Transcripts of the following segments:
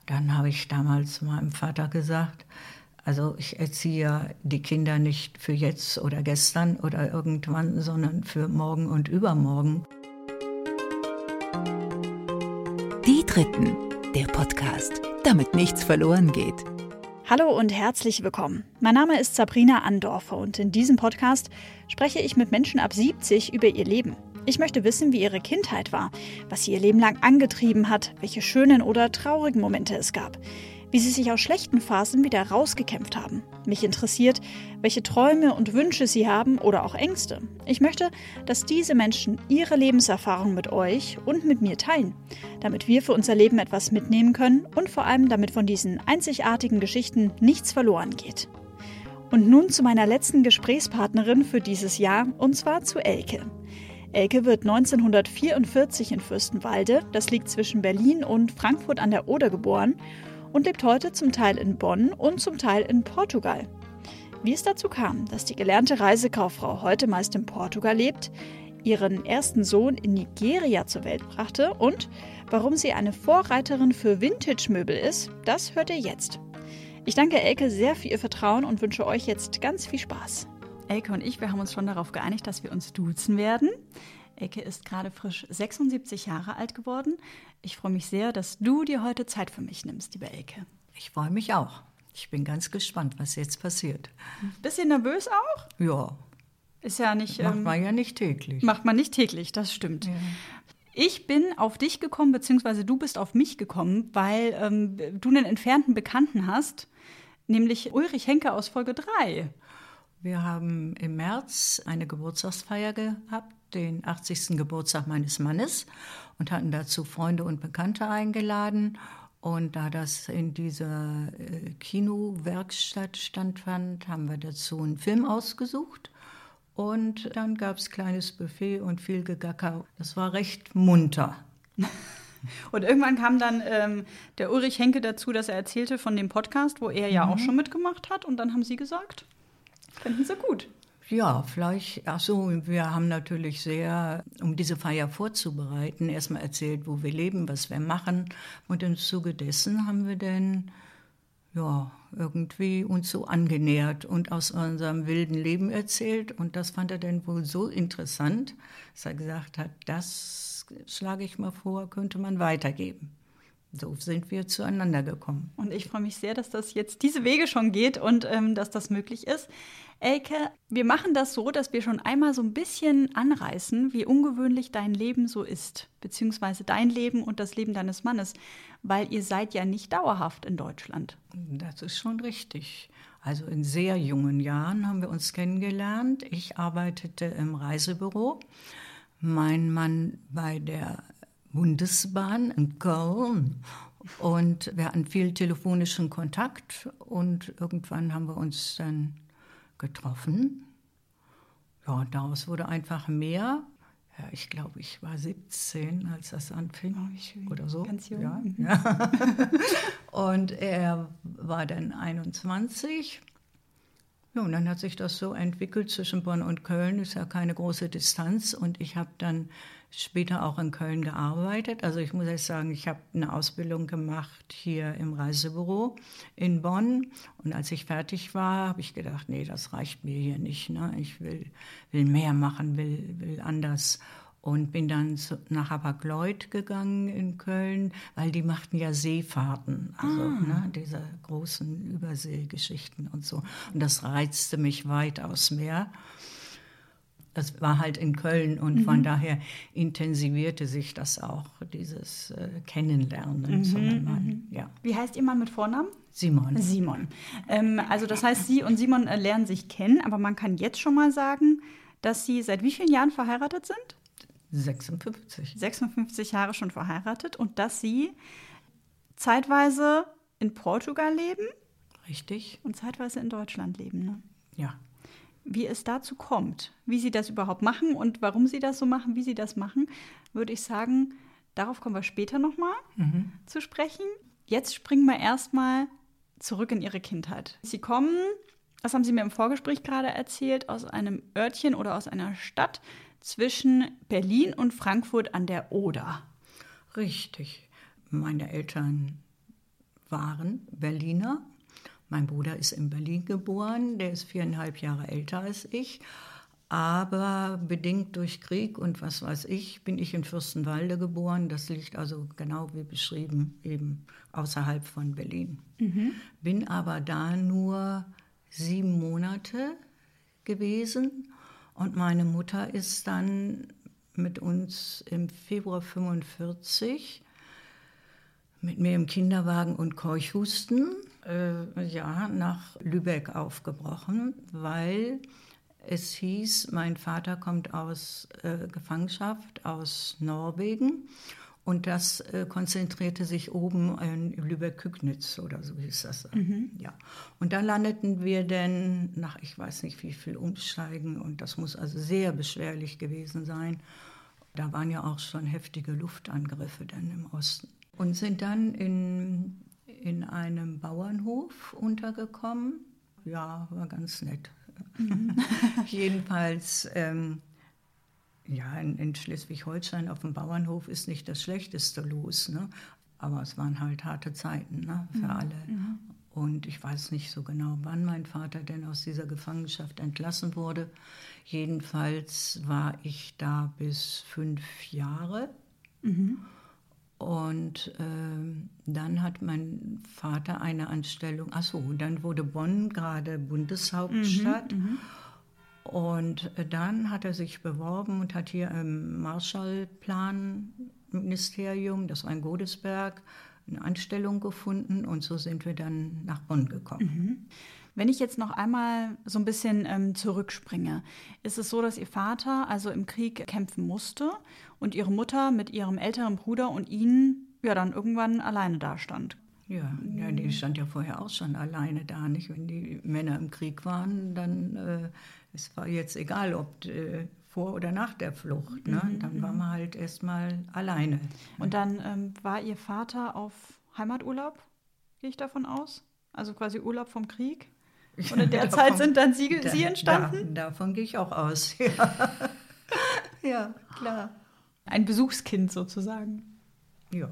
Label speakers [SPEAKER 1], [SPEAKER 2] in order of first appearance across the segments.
[SPEAKER 1] Dann habe ich damals meinem Vater gesagt, also ich erziehe die Kinder nicht für jetzt oder gestern oder irgendwann, sondern für morgen und übermorgen.
[SPEAKER 2] Die Dritten, der Podcast, damit nichts verloren geht.
[SPEAKER 3] Hallo und herzlich willkommen. Mein Name ist Sabrina Andorfer und in diesem Podcast spreche ich mit Menschen ab 70 über ihr Leben. Ich möchte wissen, wie ihre Kindheit war, was sie ihr Leben lang angetrieben hat, welche schönen oder traurigen Momente es gab, wie sie sich aus schlechten Phasen wieder rausgekämpft haben. Mich interessiert, welche Träume und Wünsche sie haben oder auch Ängste. Ich möchte, dass diese Menschen ihre Lebenserfahrung mit euch und mit mir teilen, damit wir für unser Leben etwas mitnehmen können und vor allem, damit von diesen einzigartigen Geschichten nichts verloren geht. Und nun zu meiner letzten Gesprächspartnerin für dieses Jahr, und zwar zu Elke. Elke wird 1944 in Fürstenwalde, das liegt zwischen Berlin und Frankfurt an der Oder, geboren und lebt heute zum Teil in Bonn und zum Teil in Portugal. Wie es dazu kam, dass die gelernte Reisekauffrau heute meist in Portugal lebt, ihren ersten Sohn in Nigeria zur Welt brachte und warum sie eine Vorreiterin für Vintage-Möbel ist, das hört ihr jetzt. Ich danke Elke sehr für ihr Vertrauen und wünsche euch jetzt ganz viel Spaß.
[SPEAKER 4] Elke und ich, wir haben uns schon darauf geeinigt, dass wir uns duzen werden. Elke ist gerade frisch 76 Jahre alt geworden. Ich freue mich sehr, dass du dir heute Zeit für mich nimmst, liebe Elke.
[SPEAKER 1] Ich freue mich auch. Ich bin ganz gespannt, was jetzt passiert.
[SPEAKER 4] Bisschen nervös auch?
[SPEAKER 1] Ja.
[SPEAKER 4] Ist ja nicht.
[SPEAKER 1] Macht man ja nicht täglich.
[SPEAKER 4] Macht man nicht täglich, das stimmt.
[SPEAKER 1] Ja.
[SPEAKER 4] Ich bin auf dich gekommen, beziehungsweise du bist auf mich gekommen, weil du einen entfernten Bekannten hast, nämlich Ulrich Henke aus Folge 3.
[SPEAKER 1] Wir haben im März eine Geburtstagsfeier gehabt, den 80. Geburtstag meines Mannes, und hatten dazu Freunde und Bekannte eingeladen. Und da das in dieser Kinowerkstatt stattfand, haben wir dazu einen Film ausgesucht. Und dann gab es kleines Buffet und viel Gegacker. Das war recht munter.
[SPEAKER 4] Und irgendwann kam dann der Ulrich Henke dazu, dass er erzählte von dem Podcast, wo er ja auch schon mitgemacht hat. Und dann haben sie gesagt, finden sie gut.
[SPEAKER 1] Ja, vielleicht, wir haben natürlich sehr, um diese Feier vorzubereiten, erstmal erzählt, wo wir leben, was wir machen. Und im Zuge dessen haben wir dann irgendwie uns so angenähert und aus unserem wilden Leben erzählt. Und das fand er dann wohl so interessant, dass er gesagt hat, das schlage ich mal vor, könnte man weitergeben. So sind wir zueinander gekommen.
[SPEAKER 4] Und ich freue mich sehr, dass das jetzt diese Wege schon geht und dass das möglich ist. Elke, wir machen das so, dass wir schon einmal so ein bisschen anreißen, wie ungewöhnlich dein Leben so ist, beziehungsweise dein Leben und das Leben deines Mannes, weil ihr seid ja nicht dauerhaft in Deutschland.
[SPEAKER 1] Das ist schon richtig. Also in sehr jungen Jahren haben wir uns kennengelernt. Ich arbeitete im Reisebüro, mein Mann bei der Bundesbahn in Köln, und wir hatten viel telefonischen Kontakt und irgendwann haben wir uns dann getroffen. Ja, daraus wurde einfach mehr. Ja, ich glaube, ich war 17, als das anfing, oder so.
[SPEAKER 4] Ganz jung.
[SPEAKER 1] Ja, ja. Und er war dann 21. Ja, und dann hat sich das so entwickelt zwischen Bonn und Köln, ist ja keine große Distanz. Und ich habe dann später auch in Köln gearbeitet. Also ich muss jetzt sagen, ich habe eine Ausbildung gemacht hier im Reisebüro in Bonn. Und als ich fertig war, habe ich gedacht, nee, das reicht mir hier nicht. Ne? Ich will mehr machen, will anders. Und bin dann nach Hapag-Lloyd gegangen in Köln, weil die machten ja Seefahrten, also diese großen Überseegeschichten und so. Und das reizte mich weitaus mehr. Das war halt in Köln und von daher intensivierte sich das auch, dieses Kennenlernen zu einem Mann. Ja.
[SPEAKER 4] Wie heißt Ihr Mann mit Vornamen?
[SPEAKER 1] Simon.
[SPEAKER 4] Simon. Also das heißt, Sie und Simon lernen sich kennen, aber man kann jetzt schon mal sagen, dass Sie seit wie vielen Jahren verheiratet sind?
[SPEAKER 1] 56.
[SPEAKER 4] 56 Jahre schon verheiratet und dass Sie zeitweise in Portugal leben.
[SPEAKER 1] Richtig.
[SPEAKER 4] Und zeitweise in Deutschland leben, ne?
[SPEAKER 1] Ja.
[SPEAKER 4] Wie es dazu kommt, wie Sie das überhaupt machen und warum Sie das so machen, wie Sie das machen, würde ich sagen, darauf kommen wir später nochmal zu sprechen. Jetzt springen wir erstmal zurück in Ihre Kindheit. Sie kommen, das haben Sie mir im Vorgespräch gerade erzählt, aus einem Örtchen oder aus einer Stadt zwischen Berlin und Frankfurt an der Oder.
[SPEAKER 1] Richtig. Meine Eltern waren Berliner. Mein Bruder ist in Berlin geboren, der ist 4,5 Jahre älter als ich. Aber bedingt durch Krieg und was weiß ich, bin ich in Fürstenwalde geboren. Das liegt also genau wie beschrieben eben außerhalb von Berlin. Bin aber da nur 7 Monate gewesen und meine Mutter ist dann mit uns im Februar 1945 mit mir im Kinderwagen und Keuchhusten nach Lübeck aufgebrochen, weil es hieß, mein Vater kommt aus Gefangenschaft aus Norwegen und das konzentrierte sich oben in Lübeck-Kügnitz oder so hieß das. Ja. Und da landeten wir dann nach ich weiß nicht wie viel Umsteigen und das muss also sehr beschwerlich gewesen sein. Da waren ja auch schon heftige Luftangriffe dann im Osten. Und sind dann in einem Bauernhof untergekommen. Ja, war ganz nett. Jedenfalls, in Schleswig-Holstein auf dem Bauernhof ist nicht das Schlechteste los, ne? Aber es waren halt harte Zeiten, ne, für alle. Und ich weiß nicht so genau, wann mein Vater denn aus dieser Gefangenschaft entlassen wurde. Jedenfalls war ich da bis 5 Jahre. Und dann hat mein Vater eine Anstellung, dann wurde Bonn gerade Bundeshauptstadt. Und dann hat er sich beworben und hat hier im Marshallplan-Ministerium, das war in Godesberg, eine Anstellung gefunden. Und so sind wir dann nach Bonn gekommen.
[SPEAKER 4] Wenn ich jetzt noch einmal so ein bisschen zurückspringe, ist es so, dass Ihr Vater also im Krieg kämpfen musste und Ihre Mutter mit ihrem älteren Bruder und Ihnen dann irgendwann alleine dastand?
[SPEAKER 1] Ja, die stand ja vorher auch schon alleine da, nicht? Wenn die Männer im Krieg waren, dann es war jetzt egal, ob vor oder nach der Flucht, ne? Dann waren wir halt erstmal alleine.
[SPEAKER 4] Und dann war Ihr Vater auf Heimaturlaub, gehe ich davon aus? Also quasi Urlaub vom Krieg? Und in der Zeit sind dann Sie entstanden?
[SPEAKER 1] Davon gehe ich auch aus, ja, klar.
[SPEAKER 4] Ein Besuchskind sozusagen.
[SPEAKER 1] Ja.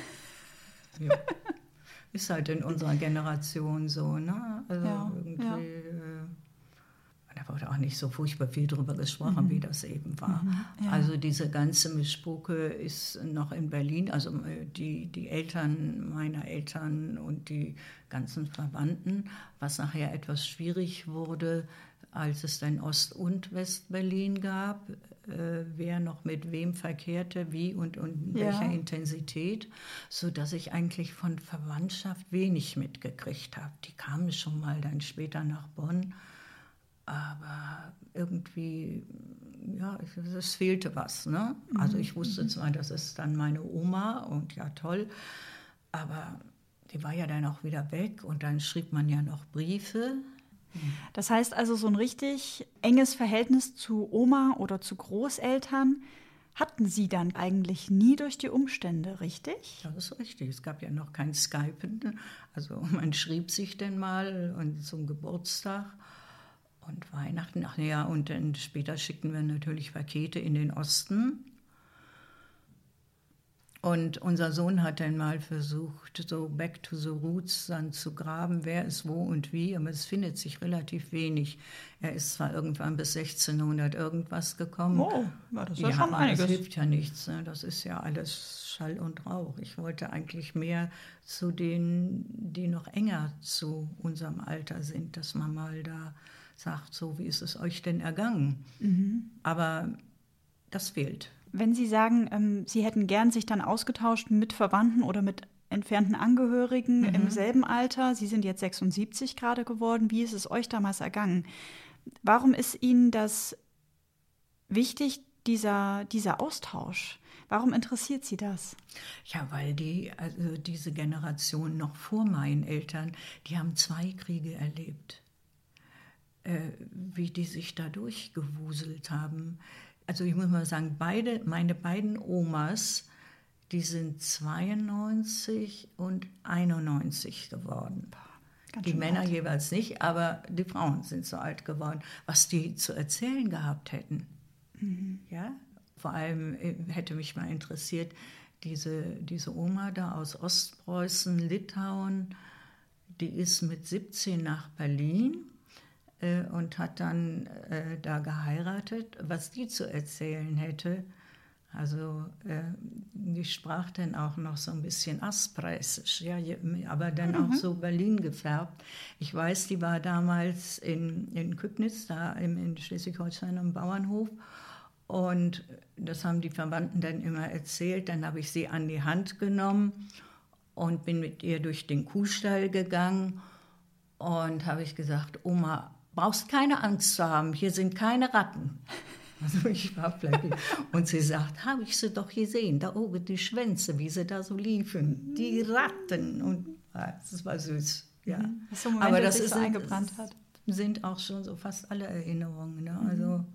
[SPEAKER 1] Ist halt in unserer Generation so, ne? Also irgendwie, da wurde auch nicht so furchtbar viel drüber gesprochen, wie das eben war. Also diese ganze Mischpoke ist noch in Berlin, also die Eltern meiner Eltern und die ganzen Verwandten, was nachher etwas schwierig wurde, als es dann Ost- und West-Berlin gab, wer noch mit wem verkehrte, wie und in welcher Intensität, sodass ich eigentlich von Verwandtschaft wenig mitgekriegt habe. Die kamen schon mal dann später nach Bonn, aber irgendwie, es fehlte was, ne? Also ich wusste zwar, das ist dann meine Oma und ja toll, aber die war ja dann auch wieder weg und dann schrieb man ja noch Briefe.
[SPEAKER 4] Das heißt also, so ein richtig enges Verhältnis zu Oma oder zu Großeltern hatten Sie dann eigentlich nie durch die Umstände, richtig?
[SPEAKER 1] Das ist richtig. Es gab ja noch kein Skypen. Also man schrieb sich dann mal und zum Geburtstag und Weihnachten. Und dann später schickten wir natürlich Pakete in den Osten. Und unser Sohn hat dann mal versucht, so back to the roots dann zu graben, wer ist wo und wie, aber es findet sich relativ wenig. Er ist zwar irgendwann bis 1600 irgendwas gekommen.
[SPEAKER 4] Oh, das ist ja schon einiges.
[SPEAKER 1] Das hilft ja nichts, ne? Das ist ja alles Schall und Rauch. Ich wollte eigentlich mehr zu denen, die noch enger zu unserem Alter sind, dass man mal da sagt, so, wie ist es euch denn ergangen? Aber das fehlt.
[SPEAKER 4] Wenn Sie sagen, Sie hätten gern sich dann ausgetauscht mit Verwandten oder mit entfernten Angehörigen im selben Alter, Sie sind jetzt 76 gerade geworden, wie ist es euch damals ergangen? Warum ist Ihnen das wichtig, dieser Austausch? Warum interessiert Sie das?
[SPEAKER 1] Ja, weil diese Generation noch vor meinen Eltern, die haben 2 Kriege erlebt. Wie die sich da durchgewuselt haben. Also ich muss mal sagen, meine beiden Omas, die sind 92 und 91 geworden. Die Männer alt. Jeweils nicht, aber die Frauen sind so alt geworden. Was die zu erzählen gehabt hätten. Ja? Vor allem hätte mich mal interessiert, diese Oma da aus Ostpreußen, Litauen, die ist mit 17 nach Berlin und hat dann da geheiratet, was die zu erzählen hätte. Also die sprach dann auch noch so ein bisschen Ostpreußisch, ja, aber dann auch so Berlin gefärbt. Ich weiß, die war damals in Kübnitz, da in Schleswig-Holstein am Bauernhof. Und das haben die Verwandten dann immer erzählt. Dann habe ich sie an die Hand genommen und bin mit ihr durch den Kuhstall gegangen. Und habe ich gesagt, Oma, brauchst keine Angst zu haben, hier sind keine Ratten. Also ich war vielleicht. Und sie sagt, habe ich sie doch gesehen, da oben die Schwänze, wie sie da so liefen, die Ratten. Und das war süß. Ja.
[SPEAKER 4] Das ist so ein Moment, der sich so eingebrannt hat.
[SPEAKER 1] Sind auch schon so fast alle Erinnerungen. Ne? Also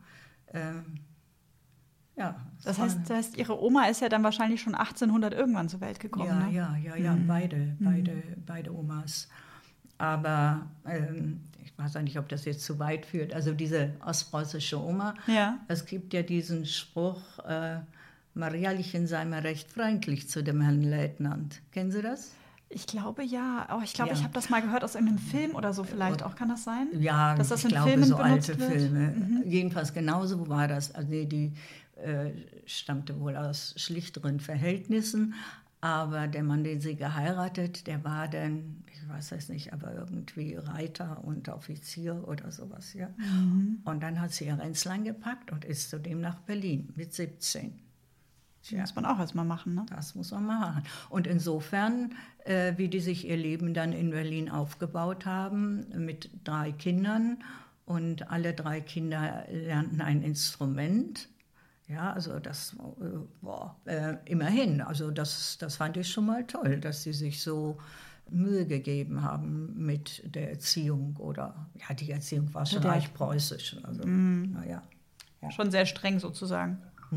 [SPEAKER 1] ja.
[SPEAKER 4] Das heißt, Ihre Oma ist ja dann wahrscheinlich schon 1800 irgendwann zur Welt gekommen.
[SPEAKER 1] Ja,
[SPEAKER 4] ne?
[SPEAKER 1] ja, beide Omas. Aber ich weiß auch nicht, ob das jetzt zu weit führt. Also diese ostpreußische Oma, es gibt ja diesen Spruch, Marialchen sei mal recht freundlich zu dem Herrn Leutnant. Kennen Sie das?
[SPEAKER 4] Ich glaube, ja. Oh, ich glaube, ich habe das mal gehört aus irgendeinem Film oder so vielleicht auch. Kann das sein?
[SPEAKER 1] Ja,
[SPEAKER 4] dass das
[SPEAKER 1] ich
[SPEAKER 4] in
[SPEAKER 1] glaube,
[SPEAKER 4] Filmen
[SPEAKER 1] so
[SPEAKER 4] benutzt
[SPEAKER 1] alte
[SPEAKER 4] wird?
[SPEAKER 1] Filme. Jedenfalls genauso war das. Also die stammte wohl aus schlichteren Verhältnissen. Aber der Mann, den sie geheiratet, der war dann, ich weiß es nicht, aber irgendwie Reiter und Offizier oder sowas. Ja. Und dann hat sie ihr Ränzlein gepackt und ist zudem nach Berlin mit 17.
[SPEAKER 4] Das muss man auch erstmal machen, ne?
[SPEAKER 1] Das muss man mal machen. Und insofern, wie die sich ihr Leben dann in Berlin aufgebaut haben, mit 3 Kindern und alle 3 Kinder lernten ein Instrument. Ja, also das, immerhin, also das fand ich schon mal toll, dass sie sich so Mühe gegeben haben mit der Erziehung oder, ja, die Erziehung war schon reich preußisch. Also, ja.
[SPEAKER 4] Schon sehr streng sozusagen.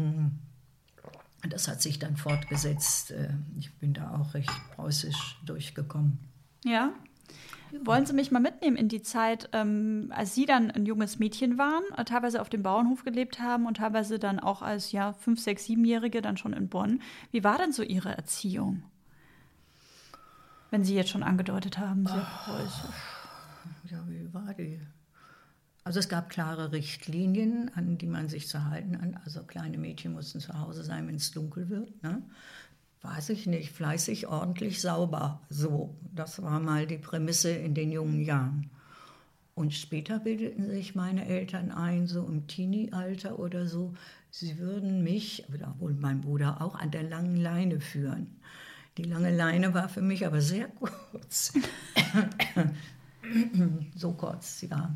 [SPEAKER 1] Das hat sich dann fortgesetzt. Ich bin da auch recht preußisch durchgekommen.
[SPEAKER 4] Ja. Wollen Sie mich mal mitnehmen in die Zeit, als Sie dann ein junges Mädchen waren, teilweise auf dem Bauernhof gelebt haben und teilweise dann auch als 5-, 6-, 7-Jährige dann schon in Bonn. Wie war denn so Ihre Erziehung? Wenn Sie jetzt schon angedeutet haben, sehr preußisch.
[SPEAKER 1] Ja, wie war die? Also es gab klare Richtlinien, an die man sich zu halten hat. Also kleine Mädchen mussten zu Hause sein, wenn es dunkel wird, ne? Weiß ich nicht, fleißig, ordentlich, sauber. So, das war mal die Prämisse in den jungen Jahren. Und später bildeten sich meine Eltern ein, so im Teenie-Alter oder so, sie würden mich, oder wohl mein Bruder auch, an der langen Leine führen. Die lange Leine war für mich aber sehr kurz. So kurz, ja.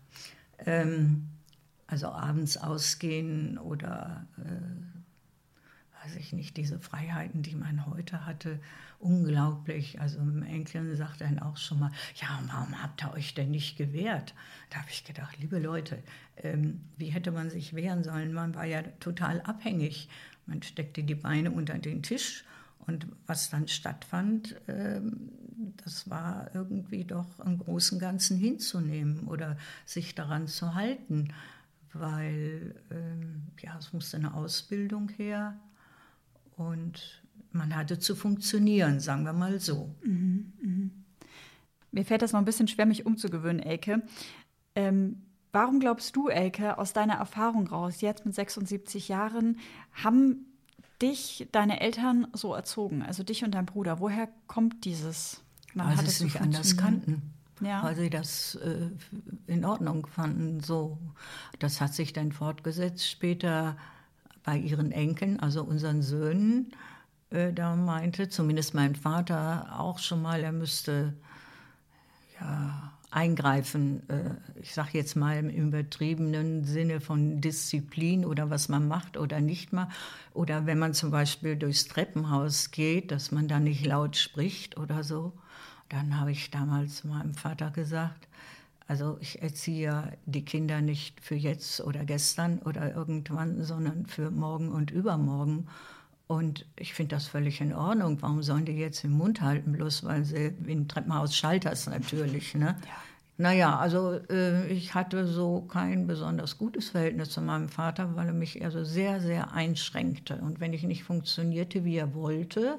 [SPEAKER 1] Also abends ausgehen oder... weiß ich nicht, diese Freiheiten, die man heute hatte, unglaublich. Also mein Enkelin sagt dann auch schon mal, ja, warum habt ihr euch denn nicht gewehrt? Da habe ich gedacht, liebe Leute, wie hätte man sich wehren sollen? Man war ja total abhängig. Man steckte die Beine unter den Tisch und was dann stattfand, das war irgendwie doch im Großen und Ganzen hinzunehmen oder sich daran zu halten, weil es musste eine Ausbildung her. Und man hatte zu funktionieren, sagen wir mal so.
[SPEAKER 4] Mir fällt das noch ein bisschen schwer, mich umzugewöhnen, Elke. Warum glaubst du, Elke, aus deiner Erfahrung raus, jetzt mit 76 Jahren, haben dich deine Eltern so erzogen, also dich und dein Bruder? Woher kommt dieses?
[SPEAKER 1] Weil sie es nicht anders kannten.
[SPEAKER 4] Ja.
[SPEAKER 1] Weil sie das in Ordnung fanden. So. Das hat sich dann fortgesetzt später bei ihren Enkeln, also unseren Söhnen. Da meinte zumindest mein Vater auch schon mal, er müsste eingreifen. Ich sage jetzt mal im übertriebenen Sinne von Disziplin oder was man macht oder nicht macht. Oder wenn man zum Beispiel durchs Treppenhaus geht, dass man da nicht laut spricht oder so. Dann habe ich damals meinem Vater gesagt, also ich erziehe die Kinder nicht für jetzt oder gestern oder irgendwann, sondern für morgen und übermorgen. Und ich finde das völlig in Ordnung. Warum sollen die jetzt den Mund halten, bloß weil sie im Treppenhaus schalters natürlich, ne? Ja. Naja, also ich hatte so kein besonders gutes Verhältnis zu meinem Vater, weil er mich also sehr, sehr einschränkte. Und wenn ich nicht funktionierte, wie er wollte,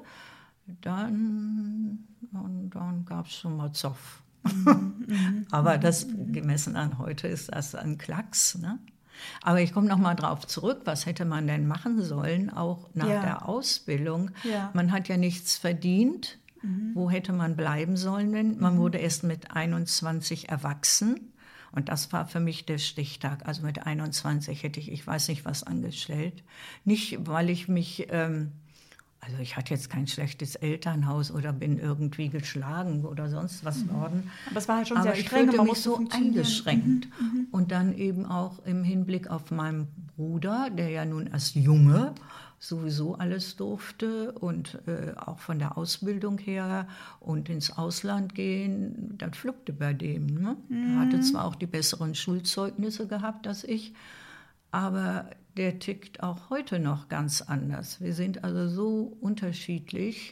[SPEAKER 1] dann gab es schon mal Zoff. Aber das, gemessen an heute, ist das ein Klacks, ne? Aber ich komme noch mal drauf zurück, was hätte man denn machen sollen, auch nach der Ausbildung? Ja. Man hat ja nichts verdient. Wo hätte man bleiben sollen denn? Man wurde erst mit 21 erwachsen. Und das war für mich der Stichtag. Also mit 21 hätte ich weiß nicht was angestellt. Nicht, weil ich mich... Also ich hatte jetzt kein schlechtes Elternhaus oder bin irgendwie geschlagen oder sonst was worden.
[SPEAKER 4] Aber es war halt schon sehr streng.
[SPEAKER 1] Ich fühlte mich so eingeschränkt. Und dann eben auch im Hinblick auf meinen Bruder, der ja nun als Junge sowieso alles durfte und auch von der Ausbildung her und ins Ausland gehen, das fluppte bei dem. Ne? Er hatte zwar auch die besseren Schulzeugnisse gehabt als ich, aber der tickt auch heute noch ganz anders. Wir sind also so unterschiedlich.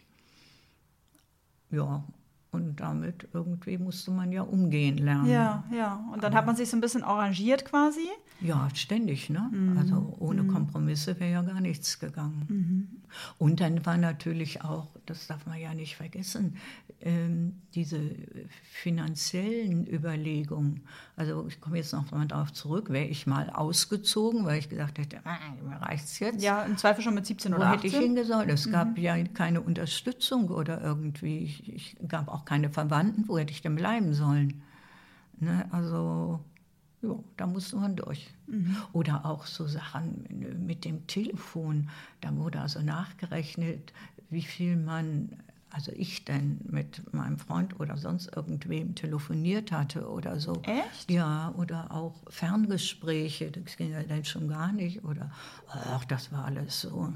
[SPEAKER 1] Ja, und damit irgendwie musste man ja umgehen lernen.
[SPEAKER 4] Ja. Und dann hat man sich so ein bisschen arrangiert quasi?
[SPEAKER 1] Ja, ständig, ne? Also ohne Kompromisse wäre ja gar nichts gegangen. Und dann war natürlich auch, das darf man ja nicht vergessen, diese finanziellen Überlegungen. Also ich komme jetzt noch mal darauf zurück, wäre ich mal ausgezogen, weil ich gesagt hätte, mir reicht's jetzt.
[SPEAKER 4] Ja, im Zweifel schon mit 17 oder 18.
[SPEAKER 1] Wo hätte ich hingesollt? Es gab ja keine Unterstützung oder irgendwie, ich gab auch keine Verwandten. Wo hätte ich denn bleiben sollen? Ne? Also... Ja, da musste man durch. Oder auch so Sachen mit dem Telefon. Da wurde also nachgerechnet, wie viel also ich denn mit meinem Freund oder sonst irgendwem telefoniert hatte oder so.
[SPEAKER 4] Echt?
[SPEAKER 1] Ja, oder auch Ferngespräche, das ging ja dann schon gar nicht. Oder, das war alles so.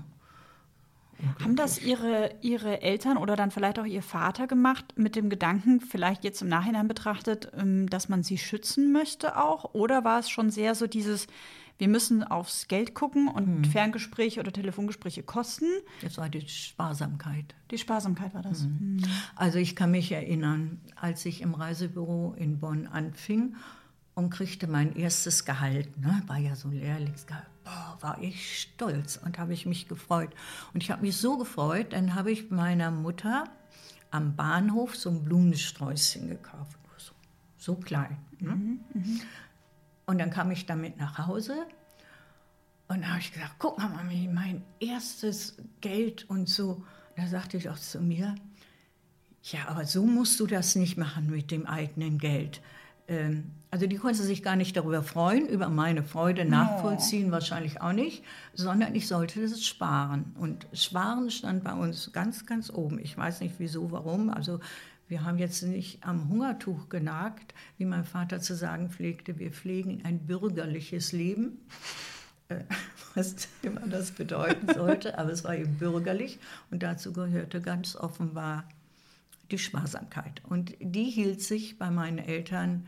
[SPEAKER 4] Haben das ihre Eltern oder dann vielleicht auch ihr Vater gemacht mit dem Gedanken, vielleicht jetzt im Nachhinein betrachtet, dass man sie schützen möchte auch? Oder war es schon sehr so dieses, wir müssen aufs Geld gucken und Ferngespräche oder Telefongespräche kosten?
[SPEAKER 1] Das war die Sparsamkeit.
[SPEAKER 4] Die Sparsamkeit war das.
[SPEAKER 1] Also ich kann mich erinnern, als ich im Reisebüro in Bonn anfing und kriegte mein erstes Gehalt, ne, war ja so ein Lehrlingsgehalt. War ich stolz und habe ich mich gefreut. Und ich habe mich so gefreut, dann habe ich meiner Mutter am Bahnhof so ein Blumensträußchen gekauft. So klein. Ne? Und dann kam ich damit nach Hause und da habe ich gesagt, guck mal, Mami, mein erstes Geld und so. Da sagte ich auch zu mir, ja, aber so musst du das nicht machen mit dem eigenen Geld. Also die konnte sich gar nicht darüber freuen, über meine Freude nachvollziehen, wahrscheinlich auch nicht, sondern ich sollte das sparen. Und Sparen stand bei uns ganz, ganz oben. Ich weiß nicht wieso, warum. Also wir haben jetzt nicht am Hungertuch genagt, wie mein Vater zu sagen pflegte, wir pflegen ein bürgerliches Leben, was immer das bedeuten sollte, aber es war eben bürgerlich und dazu gehörte ganz offenbar die Sparsamkeit. Und die hielt sich bei meinen Eltern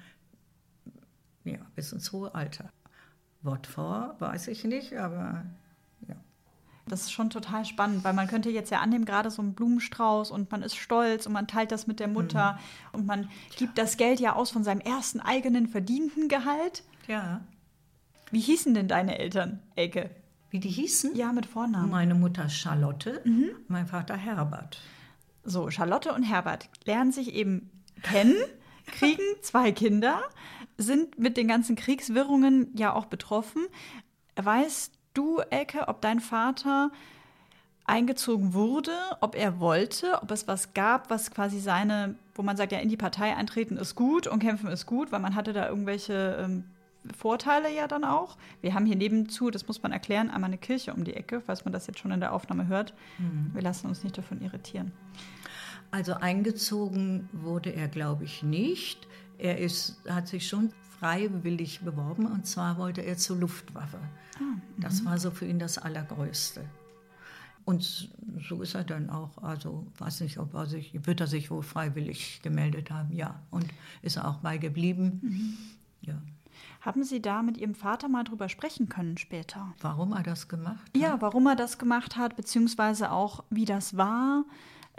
[SPEAKER 1] bis ins hohe Alter. Wort vor, weiß ich nicht, aber ja.
[SPEAKER 4] Das ist schon total spannend, weil man könnte jetzt ja annehmen, gerade so einen Blumenstrauß und man ist stolz und man teilt das mit der Mutter und man gibt das Geld ja aus von seinem ersten eigenen verdienten Gehalt.
[SPEAKER 1] Ja.
[SPEAKER 4] Wie hießen denn deine Eltern, Elke?
[SPEAKER 1] Wie die hießen?
[SPEAKER 4] Ja, mit Vornamen.
[SPEAKER 1] Meine Mutter Charlotte, mein Vater Herbert.
[SPEAKER 4] So, Charlotte und Herbert lernen sich eben kennen, kriegen 2 Kinder, sind mit den ganzen Kriegswirrungen ja auch betroffen. Weißt du, Elke, ob dein Vater eingezogen wurde, ob er wollte, ob es was gab, was quasi wo man sagt, ja, in die Partei eintreten ist gut und kämpfen ist gut, weil man hatte da irgendwelche Vorteile ja dann auch. Wir haben hier nebenzu, das muss man erklären, einmal eine Kirche um die Ecke, falls man das jetzt schon in der Aufnahme hört. Wir lassen uns nicht davon irritieren.
[SPEAKER 1] Also eingezogen wurde er, glaube ich, nicht. Er hat sich schon freiwillig beworben und zwar wollte er zur Luftwaffe. Das war so für ihn das Allergrößte. Und so ist er dann auch, also weiß nicht, wird er sich wohl freiwillig gemeldet haben, ja. Und ist er auch beigeblieben, ja.
[SPEAKER 4] Haben Sie da mit Ihrem Vater mal drüber sprechen können später?
[SPEAKER 1] Warum er das gemacht hat?
[SPEAKER 4] Ja, warum er das gemacht hat, beziehungsweise auch, wie das war,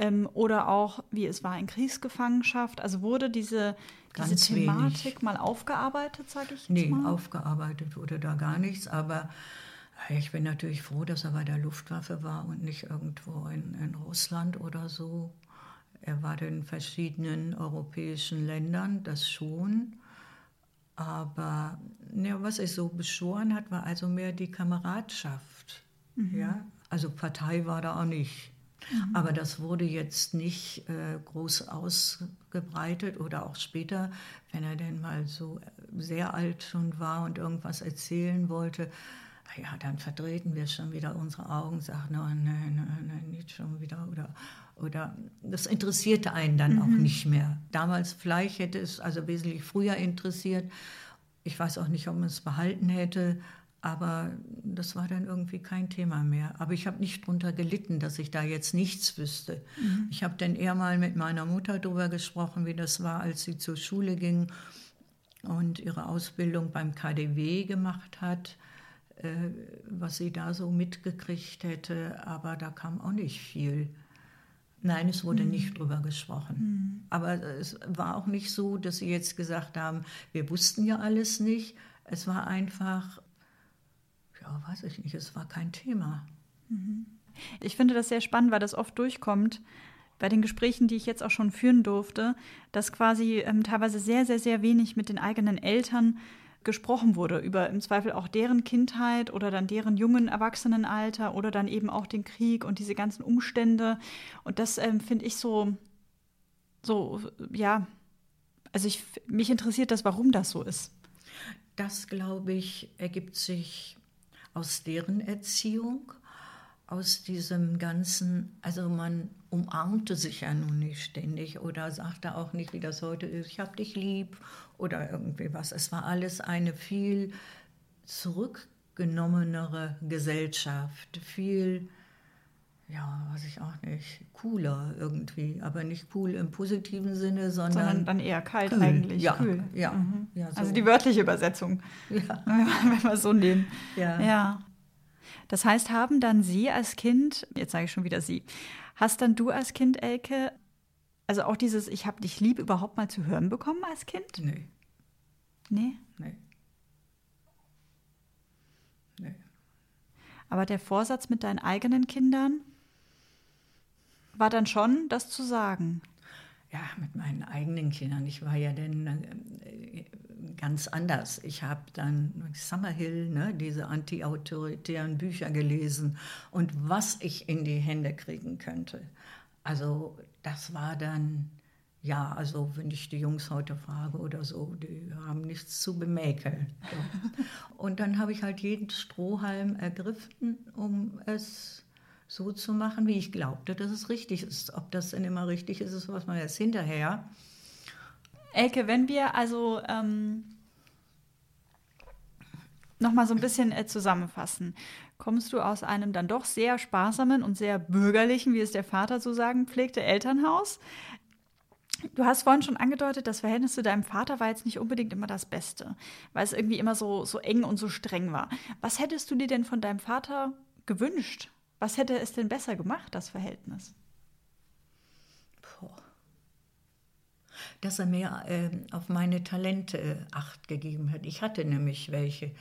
[SPEAKER 4] oder auch, wie es war in Kriegsgefangenschaft. Also wurde diese Thematik
[SPEAKER 1] wenig
[SPEAKER 4] mal aufgearbeitet, sage ich jetzt
[SPEAKER 1] Nee,
[SPEAKER 4] mal?
[SPEAKER 1] aufgearbeitet wurde da gar nichts, aber ich bin natürlich froh, dass er bei der Luftwaffe war und nicht irgendwo in Russland oder so. Er war in verschiedenen europäischen Ländern, das schon. Aber ja, was es so beschworen hat, war also mehr die Kameradschaft. Ja? Also Partei war da auch nicht. Aber das wurde jetzt nicht groß ausgebreitet oder auch später, wenn er denn mal so sehr alt schon war und irgendwas erzählen wollte, ja, dann verdrehten wir schon wieder unsere Augen, sagten, nein, nicht schon wieder. Oder das interessierte einen dann auch nicht mehr. Damals vielleicht hätte es also wesentlich früher interessiert. Ich weiß auch nicht, ob man es behalten hätte, aber das war dann irgendwie kein Thema mehr. Aber ich habe nicht drunter gelitten, dass ich da jetzt nichts wüsste. Ich habe dann eher mal mit meiner Mutter darüber gesprochen, wie das war, als sie zur Schule ging und ihre Ausbildung beim KDW gemacht hat, was sie da so mitgekriegt hätte. Aber da kam auch nicht viel. Nein, es wurde nicht drüber gesprochen. Aber es war auch nicht so, dass sie jetzt gesagt haben, wir wussten ja alles nicht. Es war einfach, ja, weiß ich nicht, es war kein Thema.
[SPEAKER 4] Ich finde das sehr spannend, weil das oft durchkommt bei den Gesprächen, die ich jetzt auch schon führen durfte, dass quasi teilweise sehr, sehr, sehr wenig mit den eigenen Eltern gesprochen wurde, über im Zweifel auch deren Kindheit oder dann deren jungen Erwachsenenalter oder dann eben auch den Krieg und diese ganzen Umstände. Und das finde ich so, ja, also mich interessiert das, warum das so ist.
[SPEAKER 1] Das, glaube ich, ergibt sich aus deren Erziehung, aus diesem ganzen, also man umarmte sich ja nun nicht ständig oder sagte auch nicht, wie das heute ist, ich hab dich lieb oder irgendwie was. Es war alles eine viel zurückgenommenere Gesellschaft, viel, ja, weiß ich auch nicht, cooler irgendwie, aber nicht cool im positiven Sinne, sondern
[SPEAKER 4] dann eher kalt
[SPEAKER 1] kühl.
[SPEAKER 4] eigentlich.
[SPEAKER 1] Ja,
[SPEAKER 4] kühl.
[SPEAKER 1] ja, ja, so.
[SPEAKER 4] Also die wörtliche Übersetzung,
[SPEAKER 1] Ja.
[SPEAKER 4] wenn wir es so nehmen.
[SPEAKER 1] Ja.
[SPEAKER 4] Das heißt, haben dann Sie als Kind, jetzt sage ich schon wieder Sie, hast dann du als Kind, Elke, also auch dieses Ich hab dich lieb überhaupt mal zu hören bekommen als Kind?
[SPEAKER 1] Nee.
[SPEAKER 4] Nee?
[SPEAKER 1] Nee. Nee.
[SPEAKER 4] Aber der Vorsatz mit deinen eigenen Kindern war dann schon, das zu sagen.
[SPEAKER 1] Ja, mit meinen eigenen Kindern. Ich war ja dann ganz anders. Ich habe dann Summerhill, ne, diese anti-autoritären Bücher gelesen und was ich in die Hände kriegen könnte. Also das war dann, ja, also wenn ich die Jungs heute frage oder so, die haben nichts zu bemäkeln. Und dann habe ich halt jeden Strohhalm ergriffen, um es so zu machen, wie ich glaubte, dass es richtig ist. Ob das denn immer richtig ist, ist was man erst hinterher.
[SPEAKER 4] Elke, wenn wir also nochmal so ein bisschen zusammenfassen. Kommst du aus einem dann doch sehr sparsamen und sehr bürgerlichen, wie es der Vater zu sagen pflegte, Elternhaus? Du hast vorhin schon angedeutet, das Verhältnis zu deinem Vater war jetzt nicht unbedingt immer das Beste, weil es irgendwie immer so eng und so streng war. Was hättest du dir denn von deinem Vater gewünscht? Was hätte es denn besser gemacht, das Verhältnis?
[SPEAKER 1] Dass er mehr auf meine Talente Acht gegeben hat. Ich hatte nämlich welche.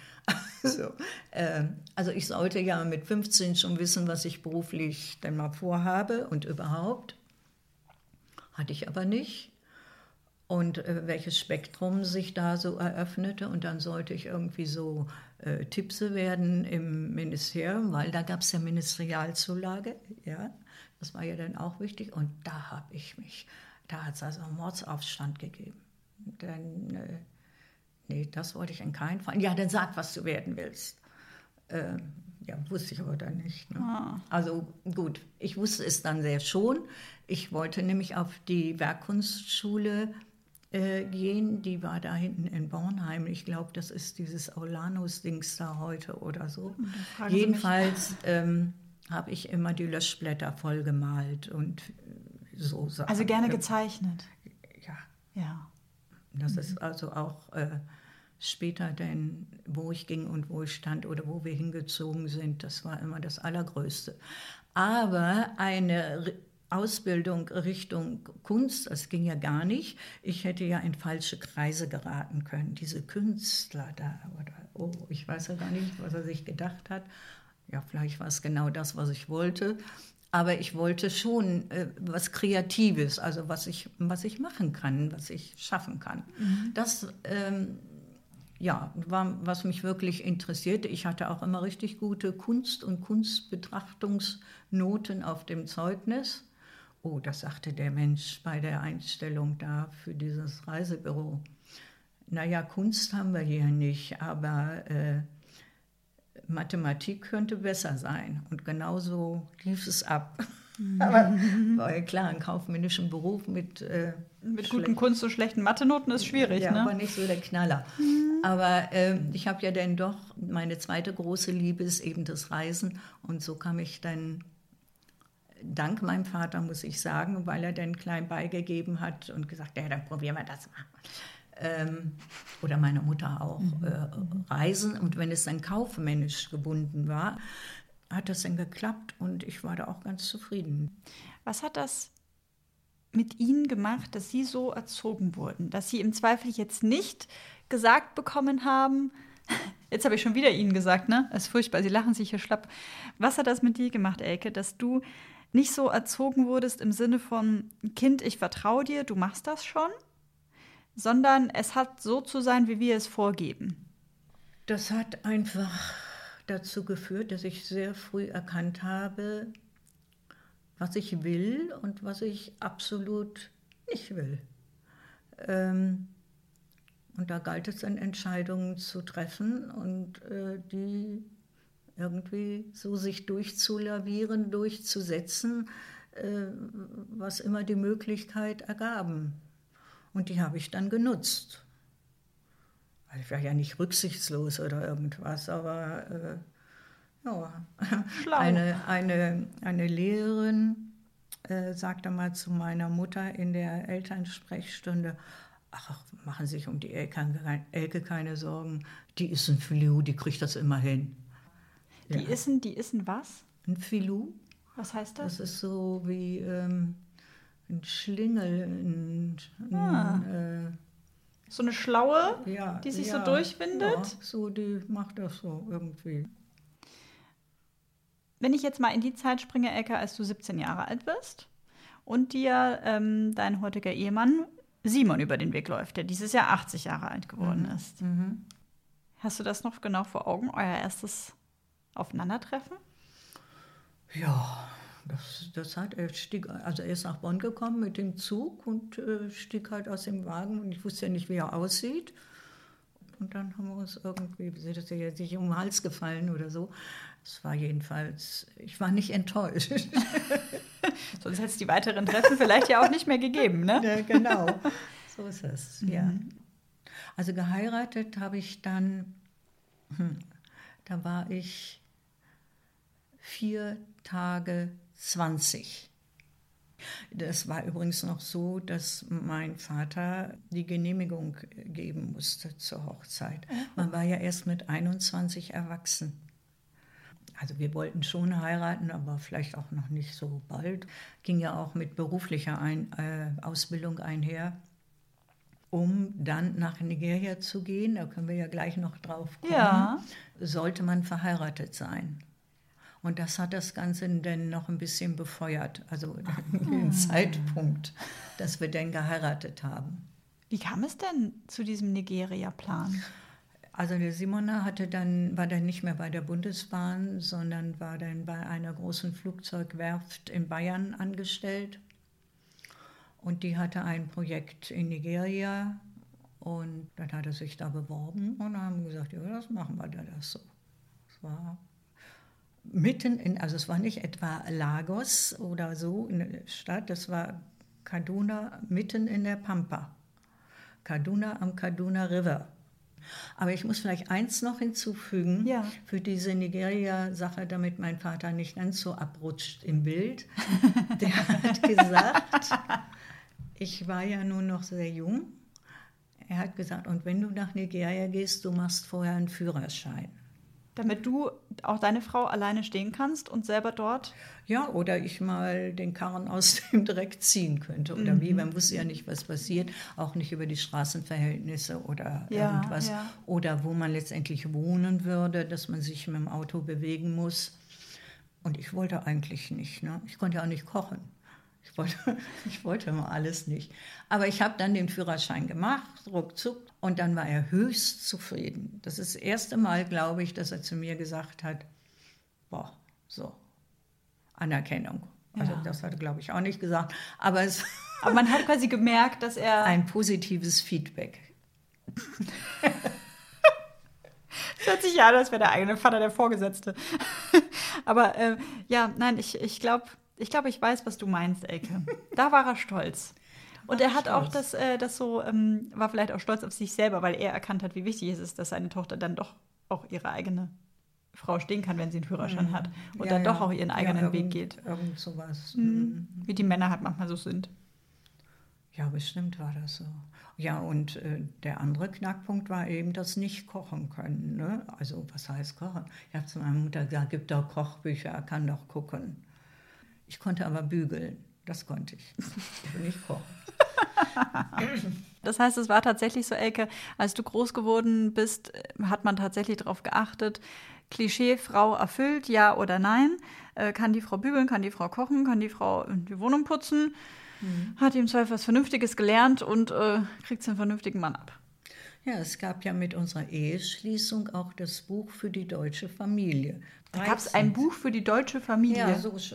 [SPEAKER 1] Also ich sollte ja mit 15 schon wissen, was ich beruflich dann mal vorhabe und überhaupt. Hatte ich aber nicht. Und welches Spektrum sich da so eröffnete. Und dann sollte ich irgendwie so Tipse werden im Ministerium, weil da gab es ja Ministerialzulage. Ja, das war ja dann auch wichtig. Und da habe ich mich, da hat es also einen Mordsaufstand gegeben. Dann, nee, das wollte ich in keinen Fall. Ja, dann sag, was du werden willst. Ja, wusste ich aber dann nicht. Ne? Also gut, ich wusste es dann sehr schon. Ich wollte nämlich auf die Werkkunstschule gehen. Die war da hinten in Bornheim. Ich glaube, das ist dieses Aulanus-Dings da heute oder so. Jedenfalls habe ich immer die Löschblätter voll gemalt und so Sachen.
[SPEAKER 4] Also gerne gezeichnet.
[SPEAKER 1] Ja. Das ist also auch später dann, wo ich ging und wo ich stand oder wo wir hingezogen sind, das war immer das Allergrößte. Aber eine Ausbildung Richtung Kunst, das ging ja gar nicht. Ich hätte ja in falsche Kreise geraten können. Diese Künstler da, ich weiß ja gar nicht, was er sich gedacht hat. Ja, vielleicht war es genau das, was ich wollte. Aber ich wollte schon was Kreatives, also was ich machen kann, was ich schaffen kann. Das war, was mich wirklich interessierte. Ich hatte auch immer richtig gute Kunst- und Kunstbetrachtungsnoten auf dem Zeugnis. Oh, das sagte der Mensch bei der Einstellung da für dieses Reisebüro. Naja, Kunst haben wir hier nicht, aber Mathematik könnte besser sein. Und genauso lief es ab. Aber war ja klar, einen kaufmännischen Beruf mit
[SPEAKER 4] guten Kunst- und schlechten Mathe-Noten ist schwierig,
[SPEAKER 1] ja,
[SPEAKER 4] ne?
[SPEAKER 1] aber nicht so der Knaller. Aber ich habe ja dann doch, meine zweite große Liebe ist eben das Reisen. Und so kam ich dann, dank meinem Vater, muss ich sagen, weil er dann klein beigegeben hat und gesagt, ja, dann probieren wir das mal. Oder meine Mutter auch, Reisen. Und wenn es dann kaufmännisch gebunden war, hat das dann geklappt und ich war da auch ganz zufrieden.
[SPEAKER 4] Was hat das mit Ihnen gemacht, dass Sie so erzogen wurden? Dass Sie im Zweifel jetzt nicht gesagt bekommen haben, jetzt habe ich schon wieder Ihnen gesagt, ne? Das ist furchtbar, Sie lachen sich hier schlapp. Was hat das mit dir gemacht, Elke, dass du nicht so erzogen wurdest im Sinne von, Kind, ich vertraue dir, du machst das schon, sondern es hat so zu sein, wie wir es vorgeben?
[SPEAKER 1] Das hat einfach dazu geführt, dass ich sehr früh erkannt habe, was ich will und was ich absolut nicht will. Und da galt es dann, Entscheidungen zu treffen und die irgendwie so sich durchzulavieren, durchzusetzen, was immer die Möglichkeit ergaben. Und die habe ich dann genutzt. Also ich war ja nicht rücksichtslos oder irgendwas, aber eine Lehrerin sagte mal zu meiner Mutter in der Elternsprechstunde, ach, machen Sie sich um die Elke keine Sorgen, die ist ein Filou, die kriegt das immer hin.
[SPEAKER 4] Die ist ein was?
[SPEAKER 1] Ein Filou.
[SPEAKER 4] Was heißt das?
[SPEAKER 1] Das ist so wie ein Schlingel,
[SPEAKER 4] so eine Schlaue, die sich so durchwindet?
[SPEAKER 1] Ja, so, die macht das so irgendwie.
[SPEAKER 4] Wenn ich jetzt mal in die Zeit springe, Elke, als du 17 Jahre alt bist und dir dein heutiger Ehemann Simon über den Weg läuft, der dieses Jahr 80 Jahre alt geworden ist. Hast du das noch genau vor Augen, euer erstes Aufeinandertreffen?
[SPEAKER 1] Ja, das hat er ist nach Bonn gekommen mit dem Zug und stieg halt aus dem Wagen und ich wusste ja nicht, wie er aussieht. Und dann haben wir uns irgendwie, das ist ja sich um den Hals gefallen oder so. Es war jedenfalls, ich war nicht enttäuscht.
[SPEAKER 4] Sonst hätte es die weiteren Treffen vielleicht ja auch nicht mehr gegeben, ne?
[SPEAKER 1] Ja, genau, so ist es, ja. Also geheiratet habe ich dann, da war ich 4 Tage 20. Das war übrigens noch so, dass mein Vater die Genehmigung geben musste zur Hochzeit. Man war ja erst mit 21 erwachsen. Also wir wollten schon heiraten, aber vielleicht auch noch nicht so bald. Ging ja auch mit beruflicher Ausbildung einher, um dann nach Nigeria zu gehen. Da können wir ja gleich noch drauf kommen. Sollte man verheiratet sein. Und das hat das Ganze dann noch ein bisschen befeuert, also den Zeitpunkt, dass wir dann geheiratet haben.
[SPEAKER 4] Wie kam es denn zu diesem Nigeria-Plan?
[SPEAKER 1] Also der Simona war dann nicht mehr bei der Bundesbahn, sondern war dann bei einer großen Flugzeugwerft in Bayern angestellt. Und die hatte ein Projekt in Nigeria und dann hat er sich da beworben und dann haben wir gesagt, ja, das machen wir da das so. Es war es war nicht etwa Lagos oder so in der Stadt, das war Kaduna mitten in der Pampa. Kaduna am Kaduna River. Aber ich muss vielleicht eins noch hinzufügen, für diese Nigeria-Sache, damit mein Vater nicht ganz so abrutscht im Bild. Der hat gesagt, ich war ja nur noch sehr jung, er hat gesagt, und wenn du nach Nigeria gehst, du machst vorher einen Führerschein.
[SPEAKER 4] Damit du auch deine Frau alleine stehen kannst und selber dort?
[SPEAKER 1] Ja, oder ich mal den Karren aus dem Dreck ziehen könnte. Oder wie, man wusste ja nicht, was passiert. Auch nicht über die Straßenverhältnisse oder irgendwas. Ja. Oder wo man letztendlich wohnen würde, dass man sich mit dem Auto bewegen muss. Und ich wollte eigentlich nicht. Ne? Ich konnte ja auch nicht kochen. Ich wollte immer alles nicht. Aber ich habe dann den Führerschein gemacht, ruckzuck. Und dann war er höchst zufrieden. Das ist das erste Mal, glaube ich, dass er zu mir gesagt hat, boah, so, Anerkennung. Also das hat er, glaube ich, auch nicht gesagt. Aber
[SPEAKER 4] man hat quasi gemerkt, dass er...
[SPEAKER 1] Ein positives Feedback.
[SPEAKER 4] Das hört sich ja an, als wäre der eigene Vater der Vorgesetzte. Aber ich glaube, ich weiß, was du meinst, Elke. Da war er stolz. Und er hat auch war vielleicht auch stolz auf sich selber, weil er erkannt hat, wie wichtig es ist, dass seine Tochter dann doch auch ihre eigene Frau stehen kann, wenn sie einen Führerschein hat. Und dann doch auch ihren eigenen Weg geht.
[SPEAKER 1] Irgend sowas.
[SPEAKER 4] Wie die Männer halt manchmal so sind.
[SPEAKER 1] Ja, bestimmt war das so. Ja, und der andere Knackpunkt war eben das Nicht-Kochen können. Ne? Also, was heißt kochen? Ich habe zu meiner Mutter gesagt, gibt doch Kochbücher, er kann doch gucken. Ich konnte aber bügeln. Das konnte ich. Ich will nicht kochen.
[SPEAKER 4] Das heißt, es war tatsächlich so, Elke, als du groß geworden bist, hat man tatsächlich darauf geachtet, Klischee, Frau erfüllt, ja oder nein? Kann die Frau bügeln, kann die Frau kochen, kann die Frau die Wohnung putzen? Hat im Zweifel was Vernünftiges gelernt und kriegt einen vernünftigen Mann ab.
[SPEAKER 1] Ja, es gab ja mit unserer Eheschließung auch das Buch für die deutsche Familie.
[SPEAKER 4] Da gab es ein Buch für die deutsche Familie?
[SPEAKER 1] Ja,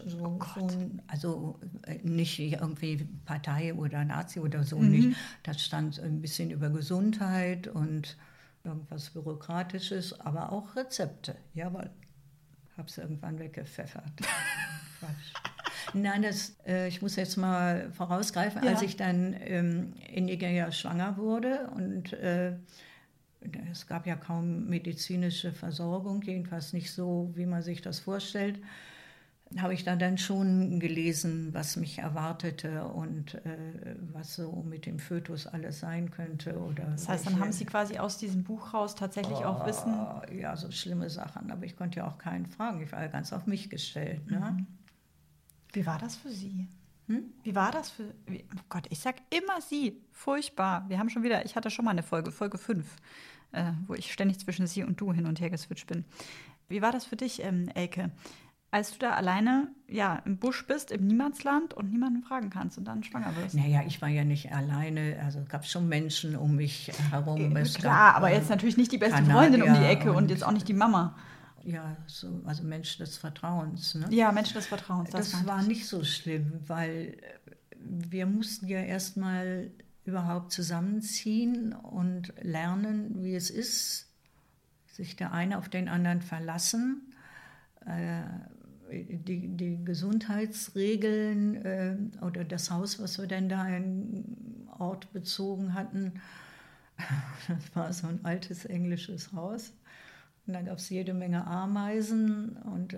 [SPEAKER 1] also nicht irgendwie Partei oder Nazi oder so nicht. Da stand ein bisschen über Gesundheit und irgendwas Bürokratisches, aber auch Rezepte. Jawohl, habe es irgendwann weggepfeffert. Quatsch. Nein, ich muss jetzt mal vorausgreifen, als ich dann in Nigeria schwanger wurde und es gab ja kaum medizinische Versorgung, jedenfalls nicht so, wie man sich das vorstellt, habe ich dann schon gelesen, was mich erwartete und was so mit dem Fötus alles sein könnte. Oder
[SPEAKER 4] das heißt, dann haben Sie quasi aus diesem Buch raus tatsächlich auch Wissen?
[SPEAKER 1] Ja, so schlimme Sachen, aber ich konnte ja auch keinen fragen, ich war ja ganz auf mich gestellt. Ne?
[SPEAKER 4] Wie war das für Sie? Wie war das für... Oh Gott, ich sag immer Sie. Furchtbar. Ich hatte schon mal eine Folge 5, wo ich ständig zwischen Sie und du hin und her geswitcht bin. Wie war das für dich, Elke? Als du da alleine im Busch bist, im Niemandsland und niemanden fragen kannst und dann schwanger wirst?
[SPEAKER 1] Naja, ich war ja nicht alleine. Also es gab schon Menschen um mich herum.
[SPEAKER 4] Klar, aber jetzt natürlich nicht die beste Freundin um die Ecke und jetzt auch nicht die Mama.
[SPEAKER 1] Ja, so, also Menschen des Vertrauens. Ne?
[SPEAKER 4] Ja, Menschen des Vertrauens.
[SPEAKER 1] Das war nicht so schlimm, weil wir mussten ja erstmal überhaupt zusammenziehen und lernen, wie es ist, sich der eine auf den anderen verlassen. Die Gesundheitsregeln oder das Haus, was wir denn da in Ort bezogen hatten, das war so ein altes englisches Haus. Und da gab es jede Menge Ameisen und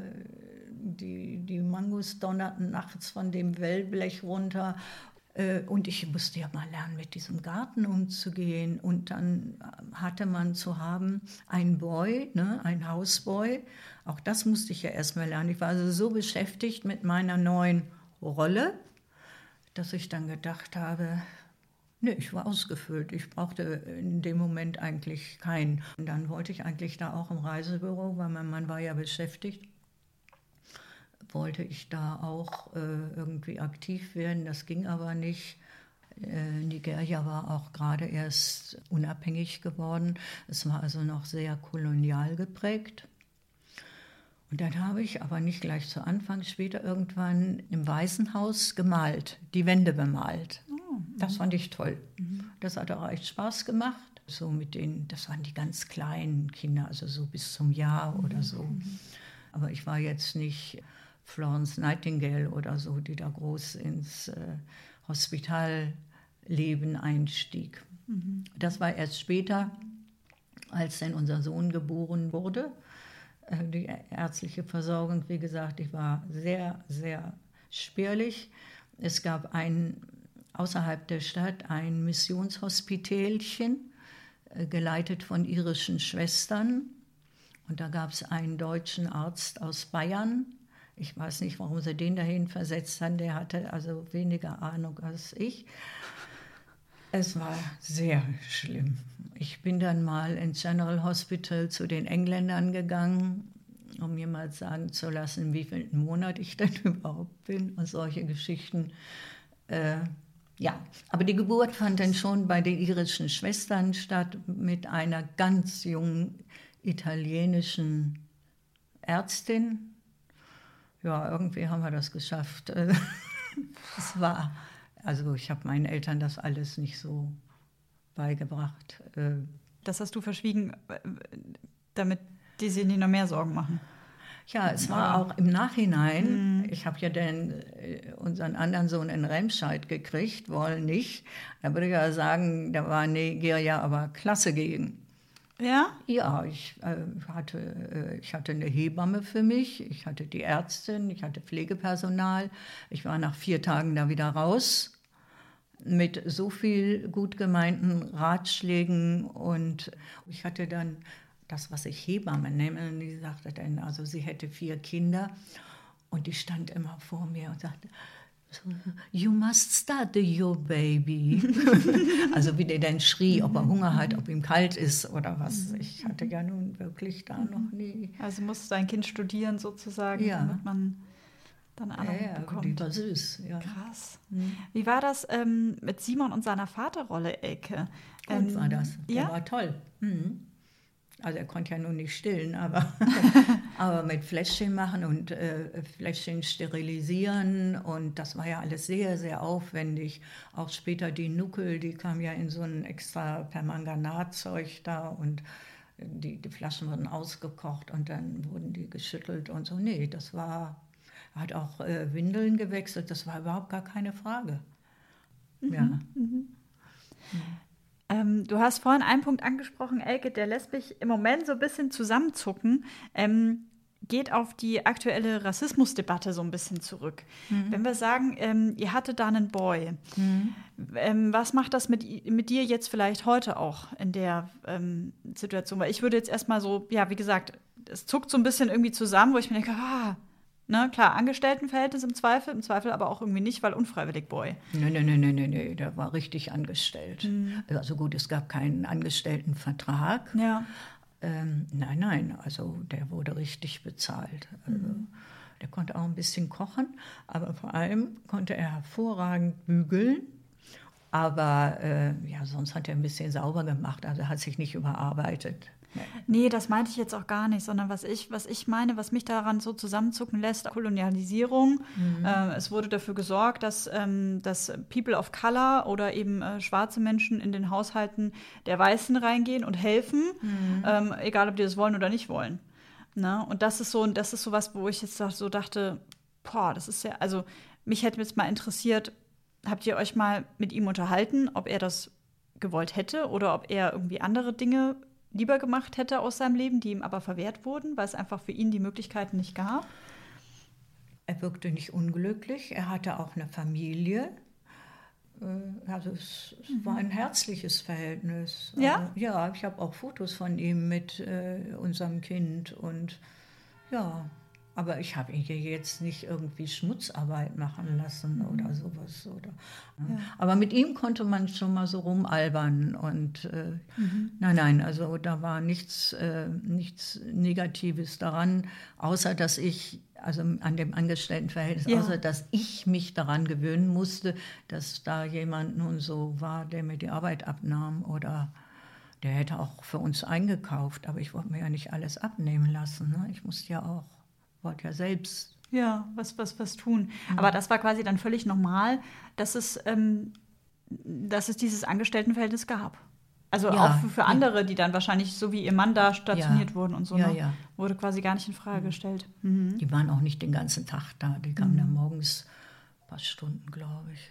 [SPEAKER 1] die Mangos donnerten nachts von dem Wellblech runter. Und ich musste ja mal lernen, mit diesem Garten umzugehen. Und dann hatte man zu haben einen Boy, ne, einen Hausboy. Auch das musste ich ja erst mal lernen. Ich war also so beschäftigt mit meiner neuen Rolle, dass ich dann gedacht habe, nee, ich war ausgefüllt. Ich brauchte in dem Moment eigentlich keinen. Und dann wollte ich eigentlich da auch im Reisebüro, weil mein Mann war ja beschäftigt, wollte ich da auch irgendwie aktiv werden. Das ging aber nicht. Nigeria war auch gerade erst unabhängig geworden. Es war also noch sehr kolonial geprägt. Und dann habe ich aber nicht gleich zu Anfang, später irgendwann im Waisenhaus gemalt, die Wände bemalt. Das fand ich toll. Das hat auch echt Spaß gemacht. So das waren die ganz kleinen Kinder, also so bis zum Jahr oder so. Aber ich war jetzt nicht Florence Nightingale oder so, die da groß ins Hospitalleben einstieg. Das war erst später, als dann unser Sohn geboren wurde. Die ärztliche Versorgung, wie gesagt, ich war sehr, sehr spärlich. Es gab außerhalb der Stadt ein Missionshospitälchen, geleitet von irischen Schwestern. Und da gab es einen deutschen Arzt aus Bayern. Ich weiß nicht, warum sie den dahin versetzt haben. Der hatte also weniger Ahnung als ich. Es war sehr schlimm. Ich bin dann mal ins General Hospital zu den Engländern gegangen, um mir mal sagen zu lassen, wie viel Monat ich denn überhaupt bin und solche Geschichten. Ja, aber die Geburt fand dann schon bei den irischen Schwestern statt mit einer ganz jungen italienischen Ärztin. Ja, irgendwie haben wir das geschafft. Also ich habe meinen Eltern das alles nicht so beigebracht.
[SPEAKER 4] Das hast du verschwiegen, damit die sich nicht noch mehr Sorgen machen.
[SPEAKER 1] Ja, es war auch im Nachhinein, ich habe ja dann unseren anderen Sohn in Remscheid gekriegt, Woll nicht. Da würde ich ja sagen, da war Nigeria aber klasse gegen.
[SPEAKER 4] Ja?
[SPEAKER 1] Ja, ich hatte eine Hebamme für mich, ich hatte die Ärztin, ich hatte Pflegepersonal. Ich war nach 4 Tagen da wieder raus mit so viel gut gemeinten Ratschlägen und ich hatte dann das, was ich Hebamme nenne, und die sagte dann, also sie hätte 4 Kinder und die stand immer vor mir und sagte, you must study your baby. Also wie der dann schrie, ob er Hunger hat, ob ihm kalt ist oder was. Ich hatte ja nun wirklich da noch nie.
[SPEAKER 4] Also muss dein Kind studieren sozusagen, damit man dann Ahnung bekommt.
[SPEAKER 1] Die war süß. Ja.
[SPEAKER 4] Krass. Wie war das mit Simon und seiner Vaterrolle, Elke?
[SPEAKER 1] Gut war das. Der
[SPEAKER 4] ja?
[SPEAKER 1] war toll. Mhm. Also er konnte ja nun nicht stillen, aber mit Fläschchen machen und Fläschchen sterilisieren und das war ja alles sehr, sehr aufwendig. Auch später die Nuckel, die kamen ja in so ein extra Permanganatzeug da und die Flaschen wurden ausgekocht und dann wurden die geschüttelt und so. Nee, das war, er hat auch Windeln gewechselt, das war überhaupt gar keine Frage. Ja.
[SPEAKER 4] Du hast vorhin einen Punkt angesprochen, Elke, der lässt mich im Moment so ein bisschen zusammenzucken, geht auf die aktuelle Rassismusdebatte so ein bisschen zurück. Wenn wir sagen, ihr hattet da einen Boy, was macht das mit dir jetzt vielleicht heute auch in der Situation? Weil ich würde jetzt erstmal so, ja, wie gesagt, es zuckt so ein bisschen irgendwie zusammen, wo ich mir denke, ne, klar, Angestelltenverhältnis im Zweifel aber auch irgendwie nicht, weil unfreiwillig Boy.
[SPEAKER 1] Nee, der war richtig angestellt. Also gut, es gab keinen Angestelltenvertrag.
[SPEAKER 4] Ja.
[SPEAKER 1] Nein, also der wurde richtig bezahlt. Also, der konnte auch ein bisschen kochen, aber vor allem konnte er hervorragend bügeln. Aber sonst hat er ein bisschen sauber gemacht, also er hat sich nicht überarbeitet.
[SPEAKER 4] Nee, das meinte ich jetzt auch gar nicht, sondern was ich meine, was mich daran so zusammenzucken lässt, Kolonialisierung. Es wurde dafür gesorgt, dass People of Color oder eben schwarze Menschen in den Haushalten der Weißen reingehen und helfen, egal ob die das wollen oder nicht wollen. Na? Und das ist so was, wo ich jetzt so dachte, das ist ja, also mich hätte jetzt mal interessiert, habt ihr euch mal mit ihm unterhalten, ob er das gewollt hätte oder ob er irgendwie andere Dinge lieber gemacht hätte aus seinem Leben, die ihm aber verwehrt wurden, weil es einfach für ihn die Möglichkeiten nicht gab?
[SPEAKER 1] Er wirkte nicht unglücklich, er hatte auch eine Familie. Also es war ein herzliches Verhältnis.
[SPEAKER 4] Ja?
[SPEAKER 1] Also, ja, ich habe auch Fotos von ihm mit unserem Kind und ja, aber ich habe ihn hier jetzt nicht irgendwie Schmutzarbeit machen lassen oder sowas. Aber mit ihm konnte man schon mal so rumalbern und nein, also da war nichts Negatives daran, außer dass ich, also an dem Angestelltenverhältnis, außer dass ich mich daran gewöhnen musste, dass da jemand nun so war, der mir die Arbeit abnahm oder der hätte auch für uns eingekauft, aber ich wollte mir ja nicht alles abnehmen lassen. Ne? Ich musste ja auch wollte ja selbst.
[SPEAKER 4] Ja, was tun. Aber das war quasi dann völlig normal, dass es dieses Angestelltenverhältnis gab. Also auch für andere, die dann wahrscheinlich so wie ihr Mann da stationiert wurden und so, wurde quasi gar nicht in Frage gestellt.
[SPEAKER 1] Die waren auch nicht den ganzen Tag da. Die kamen dann morgens ein paar Stunden, glaube ich.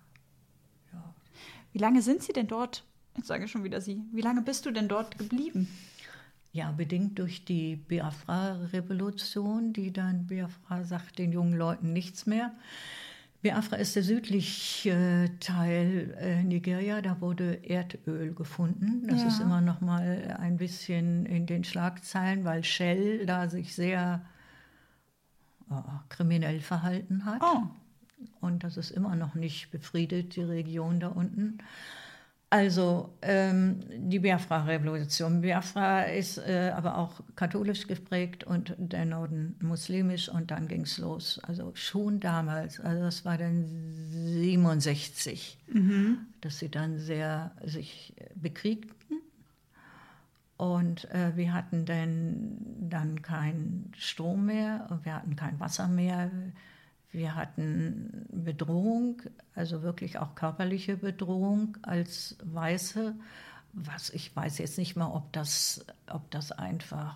[SPEAKER 4] Wie lange sind Sie denn dort? Jetzt sage ich schon wieder Sie. Wie lange bist du denn dort geblieben?
[SPEAKER 1] Ja, bedingt durch die Biafra-Revolution, die dann, Biafra sagt den jungen Leuten nichts mehr. Biafra ist der südliche Teil Nigeria, da wurde Erdöl gefunden. Das ist immer noch mal ein bisschen in den Schlagzeilen, weil Shell da sich sehr kriminell verhalten hat.
[SPEAKER 4] Oh.
[SPEAKER 1] Und das ist immer noch nicht befriedet, die Region da unten. Also die Biafra-Revolution. Biafra ist aber auch katholisch geprägt und der Norden muslimisch und dann ging es los. Also schon damals, also das war dann 67, dass sie dann sehr sich bekriegten. Und wir hatten dann keinen Strom mehr und wir hatten kein Wasser mehr. Wir hatten Bedrohung, also wirklich auch körperliche Bedrohung als Weiße. Ich weiß jetzt nicht mal, ob das einfach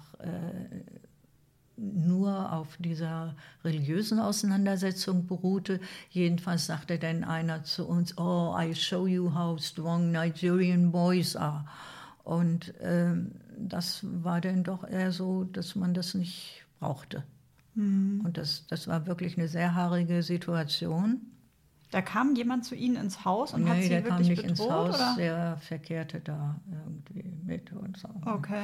[SPEAKER 1] nur auf dieser religiösen Auseinandersetzung beruhte. Jedenfalls sagte dann einer zu uns, oh, I show you how strong Nigerian boys are. Und das war dann doch eher so, dass man das nicht brauchte. Und das war wirklich eine sehr haarige Situation.
[SPEAKER 4] Da kam jemand zu Ihnen ins Haus und hat Sie wirklich bedroht? Nee, der kam nicht ins Haus, oder?
[SPEAKER 1] Der verkehrte da irgendwie mit und so.
[SPEAKER 4] Okay.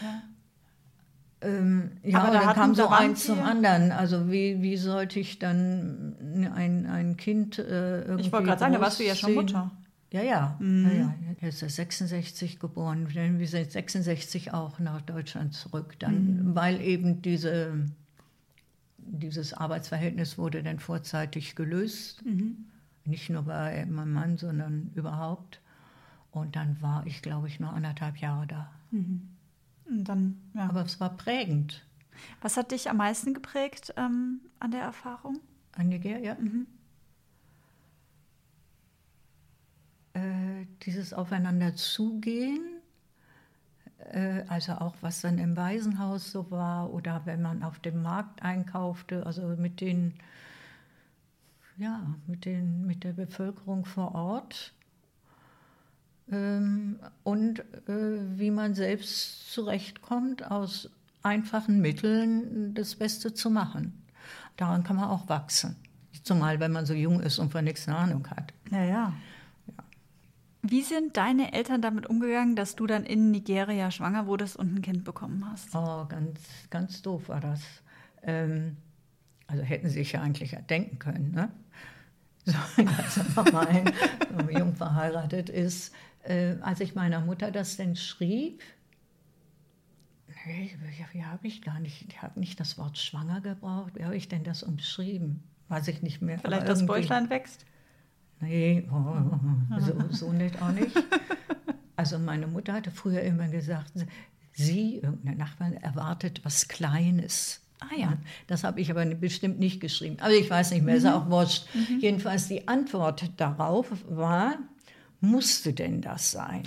[SPEAKER 1] Ja, aber dann kam so eins zum anderen. Also wie sollte ich dann ein Kind irgendwie
[SPEAKER 4] Ich wollte gerade sagen, da warst du ja schon Mutter.
[SPEAKER 1] Ja. Er ist 66 geboren. Wir sind 66 auch nach Deutschland zurück. Dann, weil eben dieses Arbeitsverhältnis wurde dann vorzeitig gelöst. Nicht nur bei meinem Mann, sondern überhaupt. Und dann war ich, glaube ich, noch 1,5 Jahre da.
[SPEAKER 4] Und dann, ja.
[SPEAKER 1] Aber es war prägend.
[SPEAKER 4] Was hat dich am meisten geprägt an der Erfahrung?
[SPEAKER 1] An Nigeria? Dieses Aufeinander zugehen, also auch was dann im Waisenhaus so war oder wenn man auf dem Markt einkaufte, also mit der Bevölkerung vor Ort und wie man selbst zurechtkommt, aus einfachen Mitteln das Beste zu machen. Daran kann man auch wachsen, zumal wenn man so jung ist und von nichts eine Ahnung hat.
[SPEAKER 4] Ja. Wie sind deine Eltern damit umgegangen, dass du dann in Nigeria schwanger wurdest und ein Kind bekommen hast?
[SPEAKER 1] Oh, ganz, ganz doof war das. Also hätten sie sich ja eigentlich denken können, ne? So, als man jung verheiratet ist. Als ich meiner Mutter das denn schrieb, wie habe ich gar nicht, ich habe nicht das Wort schwanger gebraucht. Wie habe ich denn das umschrieben? Weiß ich nicht mehr.
[SPEAKER 4] Vielleicht das Bäuchlein wächst?
[SPEAKER 1] Nee, so nicht auch nicht. Also meine Mutter hatte früher immer gesagt, irgendeine Nachbarin, erwartet was Kleines. Ja, das habe ich aber bestimmt nicht geschrieben. Aber ich weiß nicht mehr, ist auch wurscht. Jedenfalls die Antwort darauf war, musste denn das sein?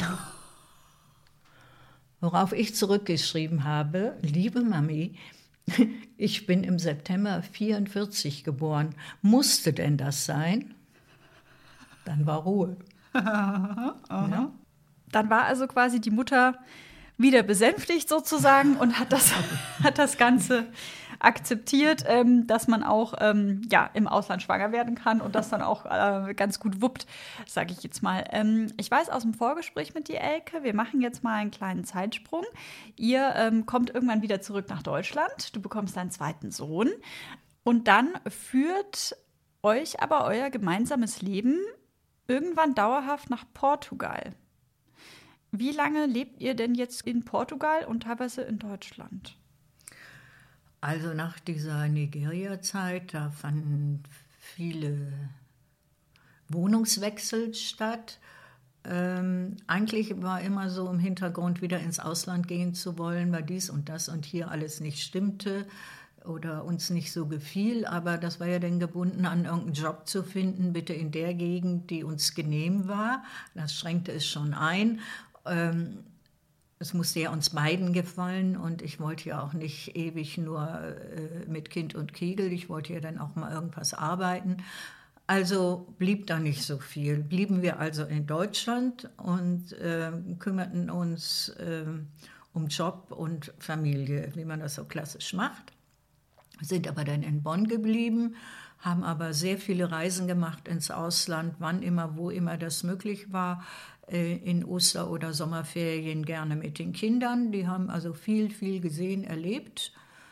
[SPEAKER 1] Worauf ich zurückgeschrieben habe, liebe Mami, ich bin im September 1944 geboren. Musste denn das sein? Dann war Ruhe.
[SPEAKER 4] Ja. Dann war also quasi die Mutter wieder besänftigt sozusagen und hat das Ganze akzeptiert, dass man auch im Ausland schwanger werden kann und das dann auch ganz gut wuppt, sage ich jetzt mal. Ich weiß aus dem Vorgespräch mit dir, Elke, wir machen jetzt mal einen kleinen Zeitsprung. Ihr kommt irgendwann wieder zurück nach Deutschland, du bekommst deinen zweiten Sohn und dann führt euch aber euer gemeinsames Leben irgendwann dauerhaft nach Portugal. Wie lange lebt ihr denn jetzt in Portugal und teilweise in Deutschland?
[SPEAKER 1] Also nach dieser Nigeria-Zeit, da fanden viele Wohnungswechsel statt. Eigentlich war immer so im Hintergrund, wieder ins Ausland gehen zu wollen, weil dies und das und hier alles nicht stimmte oder uns nicht so gefiel. Aber das war ja dann gebunden an irgendeinen Job zu finden, bitte in der Gegend, die uns genehm war. Das schränkte es schon ein. Es musste ja uns beiden gefallen und ich wollte ja auch nicht ewig nur mit Kind und Kegel, ich wollte ja dann auch mal irgendwas arbeiten. Also blieb da nicht so viel. Blieben wir also in Deutschland und kümmerten uns um Job und Familie, wie man das so klassisch macht. Sind aber dann in Bonn geblieben, haben aber sehr viele Reisen gemacht ins Ausland, wann immer, wo immer das möglich war, in Oster- oder Sommerferien gerne mit den Kindern. Die haben also viel, viel gesehen, erlebt.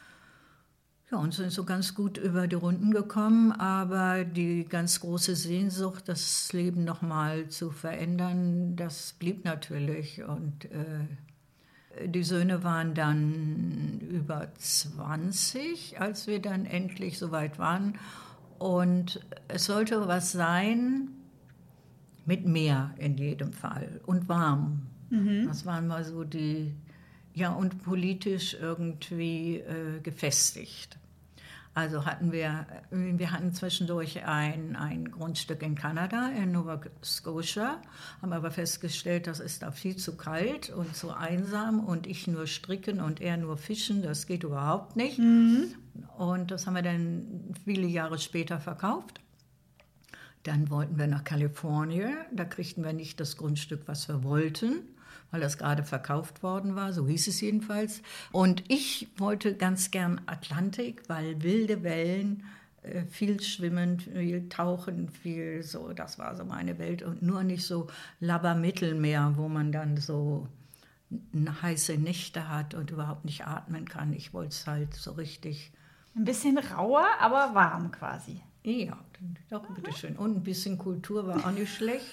[SPEAKER 1] Ja, und sind so ganz gut über die Runden gekommen, aber die ganz große Sehnsucht, das Leben nochmal zu verändern, das blieb natürlich. Und die Söhne waren dann über 20, als wir dann endlich soweit waren. Und es sollte was sein mit Meer in jedem Fall und warm. Das waren mal so die, ja, und politisch irgendwie gefestigt. Also hatten wir hatten zwischendurch ein Grundstück in Kanada, in Nova Scotia, haben aber festgestellt, das ist da viel zu kalt und zu einsam und ich nur stricken und er nur fischen, das geht überhaupt nicht. Und das haben wir dann viele Jahre später verkauft. Dann wollten wir nach Kalifornien, da kriegten wir nicht das Grundstück, was wir wollten, weil das gerade verkauft worden war, so hieß es jedenfalls. Und ich wollte ganz gern Atlantik, weil wilde Wellen, viel Schwimmen, viel Tauchen, viel so, das war so meine Welt. Und nur nicht so Labber-Mittelmeer, wo man dann so heiße Nächte hat und überhaupt nicht atmen kann. Ich wollte es halt so richtig...
[SPEAKER 4] Ein bisschen rauer, aber warm quasi.
[SPEAKER 1] Ja, doch, bitteschön. Und ein bisschen Kultur war auch nicht schlecht.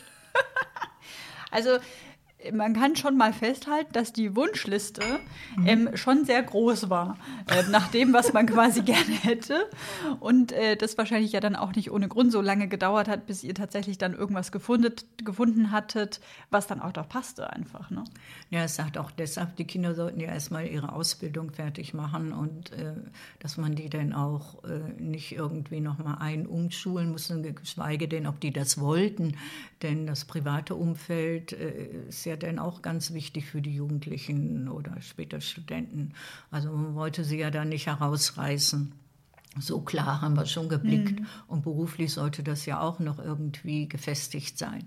[SPEAKER 4] Also man kann schon mal festhalten, dass die Wunschliste schon sehr groß war, nach dem, was man quasi gerne hätte. Und das wahrscheinlich ja dann auch nicht ohne Grund so lange gedauert hat, bis ihr tatsächlich dann irgendwas gefunden hattet, was dann auch doch passte einfach. Ne?
[SPEAKER 1] Ja, es sagt auch deshalb, die Kinder sollten ja erstmal ihre Ausbildung fertig machen und dass man die dann auch nicht irgendwie nochmal umschulen muss, geschweige denn, ob die das wollten. Denn das private Umfeld ist ja dann auch ganz wichtig für die Jugendlichen oder später Studenten. Also man wollte sie ja dann nicht herausreißen. So klar haben wir schon geblickt. Und beruflich sollte das ja auch noch irgendwie gefestigt sein.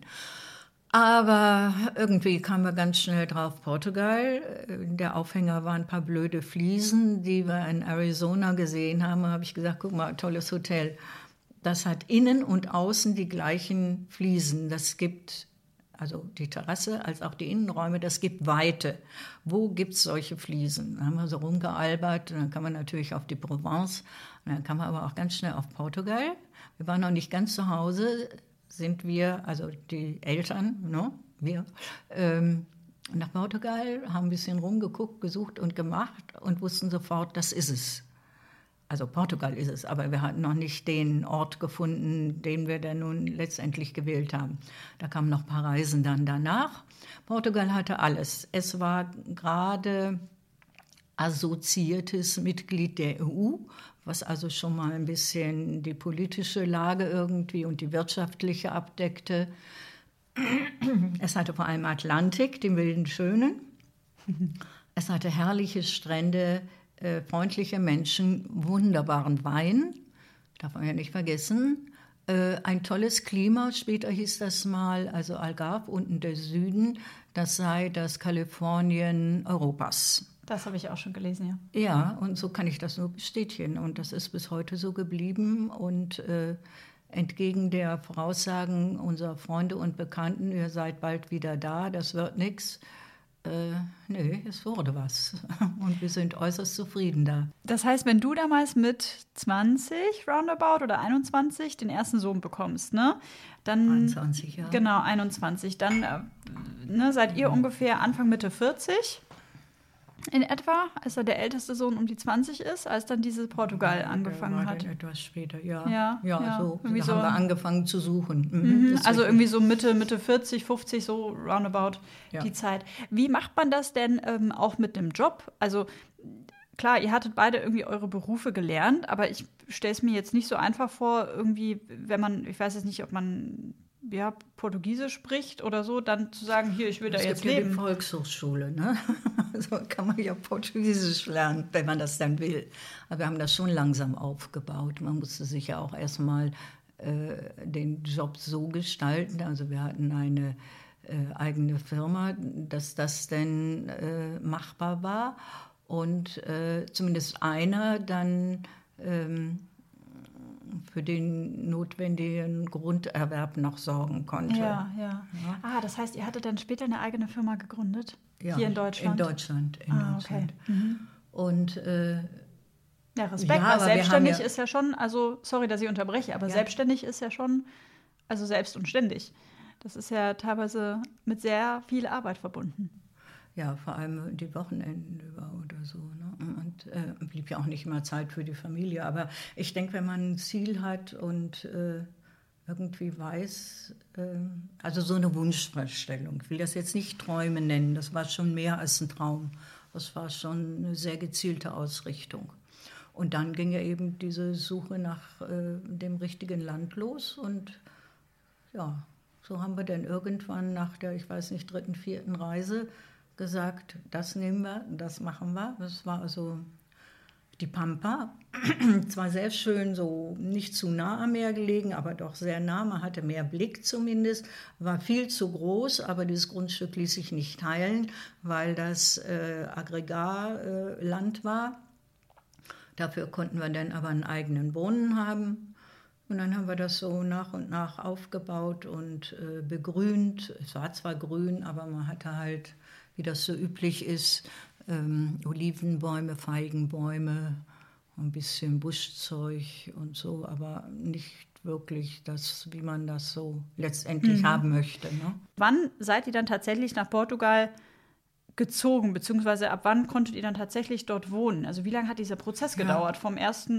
[SPEAKER 1] Aber irgendwie kamen wir ganz schnell drauf, Portugal. Der Aufhänger waren ein paar blöde Fliesen, die wir in Arizona gesehen haben. Da habe ich gesagt, guck mal, tolles Hotel. Das hat innen und außen die gleichen Fliesen. Das gibt, also die Terrasse als auch die Innenräume, das gibt Weite. Wo gibt es solche Fliesen? Da haben wir so rumgealbert. Und dann kann man natürlich auf die Provence. Und dann kann man aber auch ganz schnell auf Portugal. Wir waren noch nicht ganz zu Hause, sind wir, also die Eltern, ne, wir, nach Portugal, haben ein bisschen rumgeguckt, gesucht und gemacht und wussten sofort, das ist es. Also Portugal ist es, aber wir hatten noch nicht den Ort gefunden, den wir dann nun letztendlich gewählt haben. Da kamen noch ein paar Reisen dann danach. Portugal hatte alles. Es war gerade assoziiertes Mitglied der EU, was also schon mal ein bisschen die politische Lage irgendwie und die wirtschaftliche abdeckte. Es hatte vor allem Atlantik, den wilden Schönen. Es hatte herrliche Strände, freundliche Menschen, wunderbaren Wein, darf man ja nicht vergessen. Ein tolles Klima, später hieß das mal, also Algarve, unten der Süden, das sei das Kalifornien Europas.
[SPEAKER 4] Das habe ich auch schon gelesen, ja.
[SPEAKER 1] Ja, und so kann ich das nur bestätigen. Und das ist bis heute so geblieben. Und entgegen der Voraussagen unserer Freunde und Bekannten, ihr seid bald wieder da, das wird nichts. Nee, es wurde was. Und wir sind äußerst zufrieden da.
[SPEAKER 4] Das heißt, wenn du damals mit 20 roundabout oder 21 den ersten Sohn bekommst, ne? Dann
[SPEAKER 1] 21, ja.
[SPEAKER 4] Genau, 21. Dann seid ihr ungefähr Anfang, Mitte 40 in etwa, als da der älteste Sohn um die 20 ist, als dann diese Portugal angefangen hat.
[SPEAKER 1] Etwas später, ja.
[SPEAKER 4] Ja,
[SPEAKER 1] so
[SPEAKER 4] irgendwie
[SPEAKER 1] haben wir angefangen zu suchen.
[SPEAKER 4] Also irgendwie so Mitte 40, 50, so roundabout die Zeit. Wie macht man das denn auch mit dem Job? Also klar, ihr hattet beide irgendwie eure Berufe gelernt, aber ich stelle es mir jetzt nicht so einfach vor, irgendwie, wenn man, ich weiß jetzt nicht, ob man Portugiesisch spricht oder so, dann zu sagen, hier, ich will da jetzt leben.
[SPEAKER 1] Es gibt ja die Volkshochschule, ne? So kann man ja Portugiesisch lernen, wenn man das dann will. Aber wir haben das schon langsam aufgebaut. Man musste sich ja auch erstmal den Job so gestalten. Also wir hatten eine eigene Firma, dass das denn machbar war. Und zumindest einer dann für den notwendigen Grunderwerb noch sorgen konnte.
[SPEAKER 4] Ja. Ah, das heißt, ihr hattet dann später eine eigene Firma gegründet?
[SPEAKER 1] Ja,
[SPEAKER 4] hier in Deutschland?
[SPEAKER 1] In Deutschland.
[SPEAKER 4] Okay. Mhm.
[SPEAKER 1] Und
[SPEAKER 4] ja, Respekt, weil selbstständig ist ja schon, also sorry, dass ich unterbreche, aber selbstständig ist ja schon, also selbst und ständig. Das ist ja teilweise mit sehr viel Arbeit verbunden.
[SPEAKER 1] Ja, vor allem die Wochenenden über oder so. Ne? Und blieb ja auch nicht immer Zeit für die Familie. Aber ich denke, wenn man ein Ziel hat und irgendwie weiß, also so eine Wunschvorstellung, ich will das jetzt nicht Träume nennen, das war schon mehr als ein Traum. Das war schon eine sehr gezielte Ausrichtung. Und dann ging ja eben diese Suche nach dem richtigen Land los. Und ja, so haben wir dann irgendwann nach der, ich weiß nicht, 3., 4. Reise gesagt, das nehmen wir, das machen wir. Das war also die Pampa. Zwar sehr schön, so nicht zu nah am Meer gelegen, aber doch sehr nah. Man hatte mehr Blick zumindest. War viel zu groß, aber dieses Grundstück ließ sich nicht teilen, weil das Aggregatland war. Dafür konnten wir dann aber einen eigenen Brunnen haben. Und dann haben wir das so nach und nach aufgebaut und begrünt. Es war zwar grün, aber man hatte halt, wie das so üblich ist, Olivenbäume, Feigenbäume, ein bisschen Buschzeug und so, aber nicht wirklich das, wie man das so letztendlich haben möchte. Ne?
[SPEAKER 4] Wann seid ihr dann tatsächlich nach Portugal gezogen, beziehungsweise ab wann konntet ihr dann tatsächlich dort wohnen? Also wie lange hat dieser Prozess gedauert? Vom ersten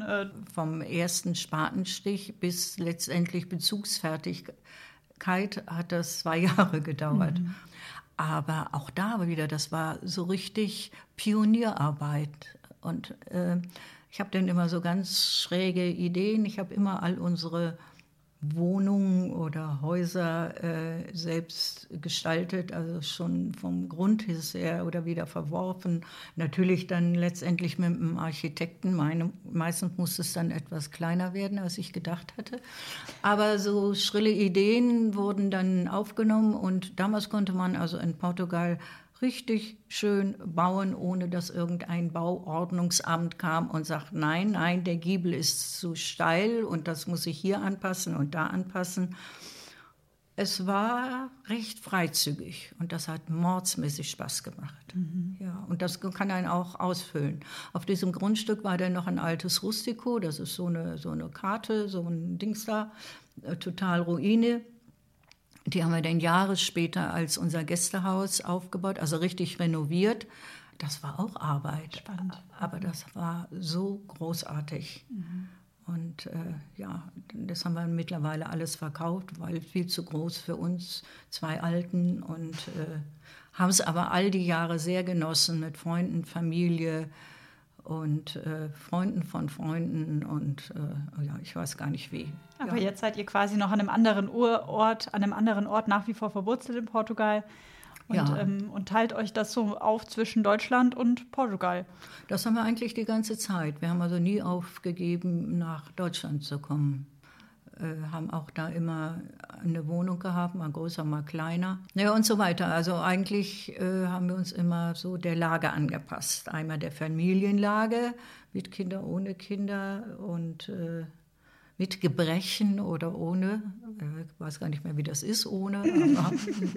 [SPEAKER 1] Spatenstich bis letztendlich Bezugsfertigkeit hat das 2 Jahre gedauert. Aber auch da wieder, das war so richtig Pionierarbeit. Und ich habe dann immer so ganz schräge Ideen. Ich habe immer all unsere Wohnungen oder Häuser selbst gestaltet, also schon vom Grundriss her oder wieder verworfen. Natürlich dann letztendlich mit einem Architekten. Meistens musste es dann etwas kleiner werden, als ich gedacht hatte. Aber so schrille Ideen wurden dann aufgenommen und damals konnte man also in Portugal richtig schön bauen, ohne dass irgendein Bauordnungsamt kam und sagt, nein, der Giebel ist zu steil und das muss ich hier anpassen und da anpassen. Es war recht freizügig und das hat mordsmäßig Spaß gemacht. Ja, und das kann einen auch ausfüllen. Auf diesem Grundstück war dann noch ein altes Rustico, das ist so eine Karte, so ein Dings da, total Ruine. Die haben wir dann Jahre später als unser Gästehaus aufgebaut, also richtig renoviert. Das war auch Arbeit, spannend. Aber das war so großartig. Und das haben wir mittlerweile alles verkauft, weil viel zu groß für uns, 2 Alten. Und haben es aber all die Jahre sehr genossen mit Freunden, Familie und Freunden von Freunden und ich weiß gar nicht wie.
[SPEAKER 4] Aber jetzt seid ihr quasi noch an einem anderen Ort nach wie vor verwurzelt in Portugal und teilt euch das so auf zwischen Deutschland und Portugal.
[SPEAKER 1] Das haben wir eigentlich die ganze Zeit. Wir haben also nie aufgegeben, nach Deutschland zu kommen. Haben auch da immer eine Wohnung gehabt, mal größer, mal kleiner. Ja, und so weiter. Also eigentlich haben wir uns immer so der Lage angepasst. Einmal der Familienlage mit Kinder, ohne Kinder und mit Gebrechen oder ohne. Ich weiß gar nicht mehr, wie das ist, ohne. Aber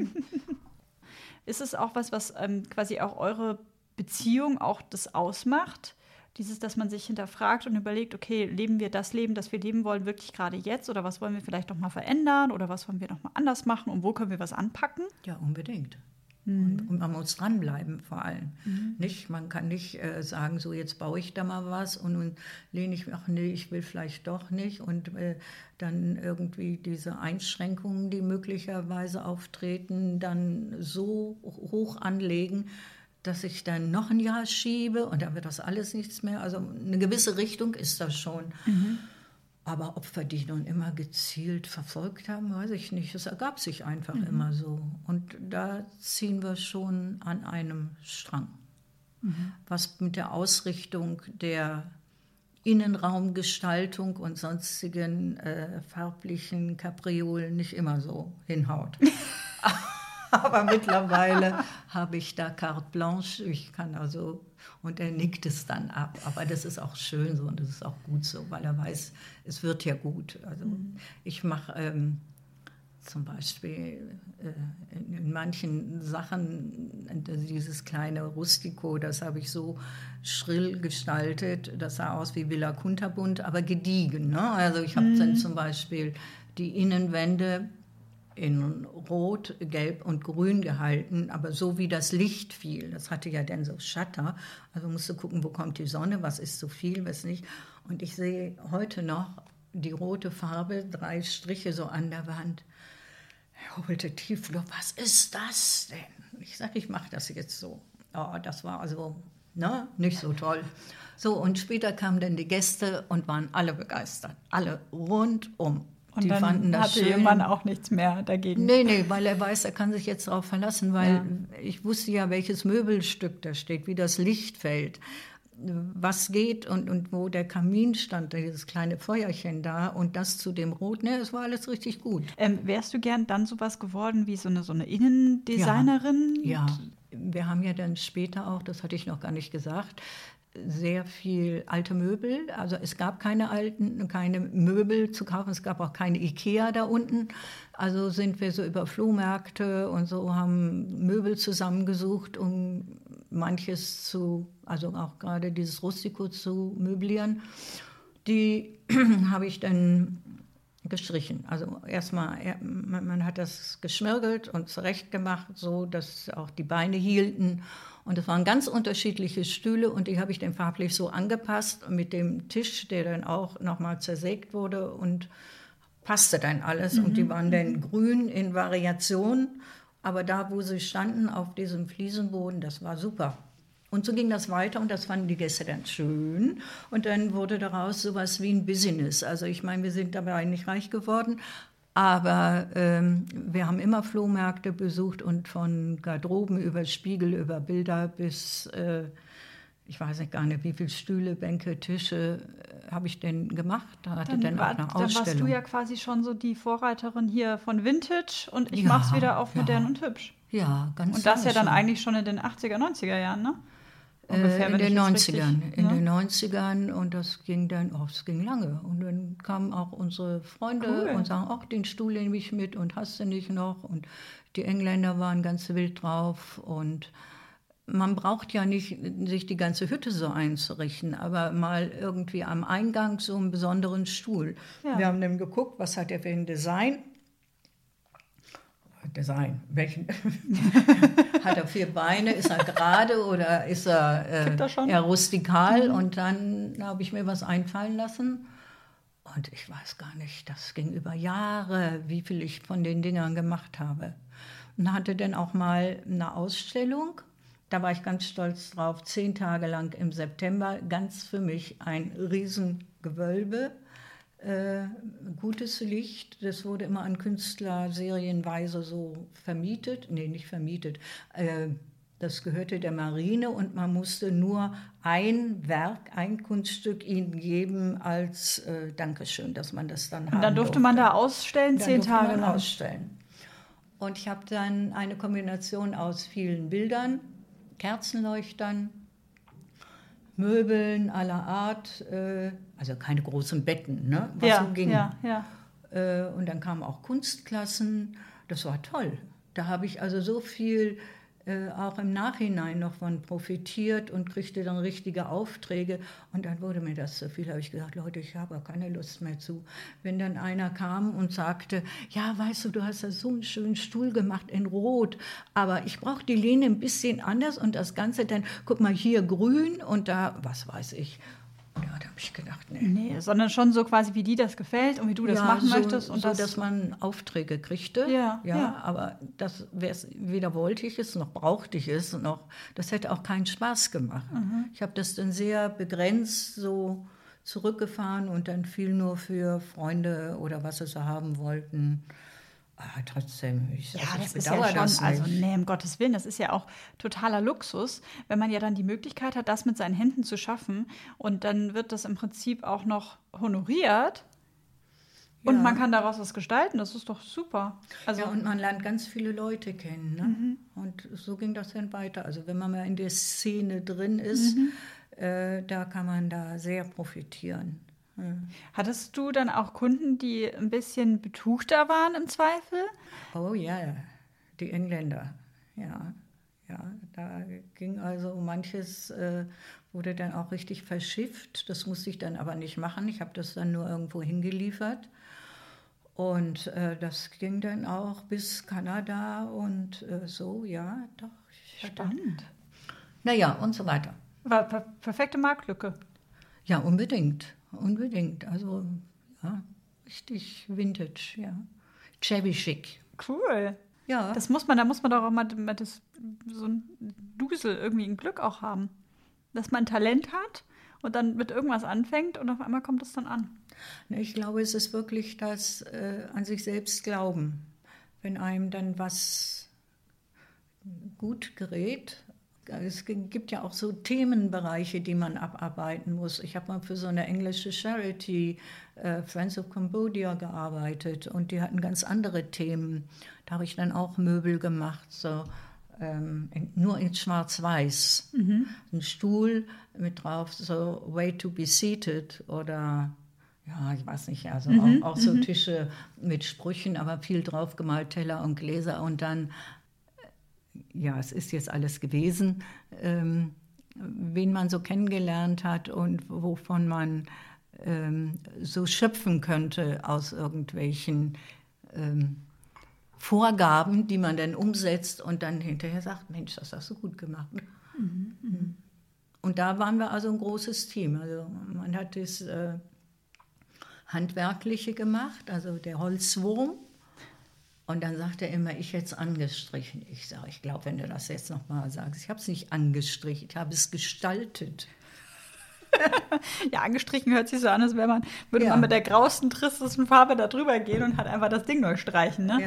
[SPEAKER 4] ist es auch was quasi auch eure Beziehung auch das ausmacht? Dieses, dass man sich hinterfragt und überlegt, okay, leben wir das Leben, das wir leben wollen, wirklich gerade jetzt? Oder was wollen wir vielleicht noch mal verändern? Oder was wollen wir noch mal anders machen? Und wo können wir was anpacken?
[SPEAKER 1] Ja, unbedingt. Und man muss dranbleiben vor allem. Nicht? Man kann nicht sagen, so jetzt baue ich da mal was und nun lehne ich mich, ach nee, ich will vielleicht doch nicht. Und dann irgendwie diese Einschränkungen, die möglicherweise auftreten, dann so hoch anlegen, dass ich dann noch ein Jahr schiebe und dann wird das alles nichts mehr. Also eine gewisse Richtung ist das schon. Aber ob wir die nun immer gezielt verfolgt haben, weiß ich nicht. Es ergab sich einfach immer so. Und da ziehen wir schon an einem Strang. Was mit der Ausrichtung der Innenraumgestaltung und sonstigen farblichen Kapriolen nicht immer so hinhaut. Aber mittlerweile habe ich da carte blanche. Ich kann also, und er nickt es dann ab. Aber das ist auch schön so und das ist auch gut so, weil er weiß, es wird ja gut. Also ich mache zum Beispiel in manchen Sachen, dieses kleine Rustico, das habe ich so schrill gestaltet, das sah aus wie Villa Kunterbund, aber gediegen. Ne? Also ich habe dann zum Beispiel die Innenwände in Rot, Gelb und Grün gehalten, aber so wie das Licht fiel. Das hatte ja dann so Schatter, also musste gucken, wo kommt die Sonne, was ist zu viel, was nicht. Und ich sehe heute noch die rote Farbe, 3 Striche so an der Wand. Er holte Tiefluft, was ist das denn? Ich sage, ich mache das jetzt so. Oh, das war also nicht so toll. So, und später kamen dann die Gäste und waren alle begeistert. Alle rundum.
[SPEAKER 4] Und
[SPEAKER 1] die
[SPEAKER 4] dann
[SPEAKER 1] fanden das
[SPEAKER 4] hatte
[SPEAKER 1] schön.
[SPEAKER 4] Ihr Mann auch nichts mehr dagegen?
[SPEAKER 1] Nee, weil er weiß, er kann sich jetzt darauf verlassen, weil ich wusste ja, welches Möbelstück da steht, wie das Licht fällt, was geht und wo der Kamin stand, dieses kleine Feuerchen da und das zu dem Rot, es war alles richtig gut.
[SPEAKER 4] Wärst du gern dann sowas geworden wie so eine Innendesignerin?
[SPEAKER 1] Ja, wir haben ja dann später auch, das hatte ich noch gar nicht gesagt, sehr viel alte Möbel. Also es gab keine Möbel zu kaufen, es gab auch keine Ikea da unten. Also sind wir so über Flohmärkte und so, haben Möbel zusammengesucht, um manches also auch gerade dieses Rustico zu möblieren. Die habe ich dann gestrichen. Also erstmal, man hat das geschmirgelt und zurechtgemacht, so dass auch die Beine hielten. Und es waren ganz unterschiedliche Stühle und die habe ich dann farblich so angepasst mit dem Tisch, der dann auch nochmal zersägt wurde und passte dann alles. Und die waren dann grün in Variation, aber da, wo sie standen, auf diesem Fliesenboden, das war super. Und so ging das weiter und das fanden die Gäste dann schön. Und dann wurde daraus sowas wie ein Business. Also ich meine, wir sind dabei nicht reich geworden, aber wir haben immer Flohmärkte besucht und von Garderoben über Spiegel, über Bilder bis, ich weiß nicht gar nicht, wie viele Stühle, Bänke, Tische habe ich denn gemacht. Da hatte dann auch eine Ausstellung.
[SPEAKER 4] Dann warst du ja quasi schon so die Vorreiterin hier von Vintage und ich mache es wieder auf modern und hübsch.
[SPEAKER 1] Ja, ganz
[SPEAKER 4] Und das ja dann eigentlich schon in den 80er, 90er Jahren, ne?
[SPEAKER 1] Ungefähr, in den 90ern und das ging dann, es ging lange. Und dann kamen auch unsere Freunde und sagen, den Stuhl nehme ich mit und hast du nicht noch? Und die Engländer waren ganz wild drauf und man braucht ja nicht, sich die ganze Hütte so einzurichten, aber mal irgendwie am Eingang so einen besonderen Stuhl. Ja. Wir haben dann geguckt, was hat er für ein Design? Welchen? Hat er 4 Beine? Ist er gerade oder ist er eher rustikal? Und dann habe ich mir was einfallen lassen. Und ich weiß gar nicht, das ging über Jahre, wie viel ich von den Dingern gemacht habe. Und hatte dann auch mal eine Ausstellung. Da war ich ganz stolz drauf. 10 Tage lang im September, ganz für mich ein Riesengewölbe. Gutes Licht, das wurde immer an Künstler serienweise so vermietet. Nee, nicht vermietet. Das gehörte der Marine und man musste nur ein Werk, ein Kunststück ihnen geben als Dankeschön, dass man das dann haben
[SPEAKER 4] Und dann durfte man da ausstellen, 10 Tage lang?
[SPEAKER 1] Ausstellen. Und ich habe dann eine Kombination aus vielen Bildern, Kerzenleuchtern, Möbeln aller Art, also keine großen Betten, was so ging. Und dann kamen auch Kunstklassen, das war toll. Da habe ich also so viel auch im Nachhinein noch von profitiert und kriegte dann richtige Aufträge. Und dann wurde mir das zu viel, habe ich gesagt, Leute, ich habe keine Lust mehr zu. Wenn dann einer kam und sagte, ja, weißt du hast da so einen schönen Stuhl gemacht in Rot, aber ich brauche die Lehne ein bisschen anders und das Ganze dann, guck mal, hier grün und da, was weiß ich. Ja, da habe ich gedacht,
[SPEAKER 4] nee, sondern schon so quasi, wie dir das gefällt und wie du das machen möchtest. Und
[SPEAKER 1] so, dass man Aufträge kriegte. Ja. Aber das weder wollte ich es, noch brauchte ich es, noch das hätte auch keinen Spaß gemacht. Ich habe das dann sehr begrenzt so zurückgefahren und dann viel nur für Freunde oder was sie so haben wollten. Aber trotzdem, ich bedauere das nicht.
[SPEAKER 4] Also nee, um Gottes Willen, das ist ja auch totaler Luxus, wenn man ja dann die Möglichkeit hat, das mit seinen Händen zu schaffen und dann wird das im Prinzip auch noch honoriert. Und man kann daraus was gestalten, das ist doch super.
[SPEAKER 1] Also, ja, und man lernt ganz viele Leute kennen. Ne? Und so ging das dann weiter. Also wenn man mal in der Szene drin ist, da kann man da sehr profitieren. Ja.
[SPEAKER 4] Hattest du dann auch Kunden, die ein bisschen betuchter waren im Zweifel?
[SPEAKER 1] Oh ja, die Engländer, ja. Ja, da ging also manches, wurde dann auch richtig verschifft. Das musste ich dann aber nicht machen. Ich habe das dann nur irgendwo hingeliefert. Und das ging dann auch bis Kanada und so, ja, doch.
[SPEAKER 4] Spannend.
[SPEAKER 1] Naja, und so weiter.
[SPEAKER 4] War perfekte Marktlücke.
[SPEAKER 1] Ja, unbedingt. Also, ja, richtig Vintage, ja. Shabby chic.
[SPEAKER 4] Cool.
[SPEAKER 1] Ja.
[SPEAKER 4] Da muss man doch auch mal so ein Dusel, irgendwie ein Glück auch haben. Dass man Talent hat und dann mit irgendwas anfängt und auf einmal kommt es dann an.
[SPEAKER 1] Ich glaube, es ist wirklich das an sich selbst glauben. Wenn einem dann was gut gerät. Es gibt ja auch so Themenbereiche, die man abarbeiten muss. Ich habe mal für so eine englische Charity, Friends of Cambodia, gearbeitet und die hatten ganz andere Themen. Da habe ich dann auch Möbel gemacht, so nur in Schwarz-Weiß. Ein Stuhl mit drauf, so Way to be seated oder ja, ich weiß nicht, also auch so Tische mit Sprüchen, aber viel drauf gemalt, Teller und Gläser und dann ja, es ist jetzt alles gewesen, wen man so kennengelernt hat und wovon man so schöpfen könnte aus irgendwelchen Vorgaben, die man dann umsetzt und dann hinterher sagt, Mensch, das hast du gut gemacht. Und da waren wir also ein großes Team. Also man hat das Handwerkliche gemacht, also der Holzwurm. Und dann sagt er immer, ich hätte es angestrichen. Ich sage, ich glaube, wenn du das jetzt nochmal sagst, ich habe es nicht angestrichen, ich habe es gestaltet.
[SPEAKER 4] Ja, angestrichen hört sich so an, als würde man mit der grauesten, tristesten Farbe da drüber gehen und halt einfach das Ding neu streichen. Ne?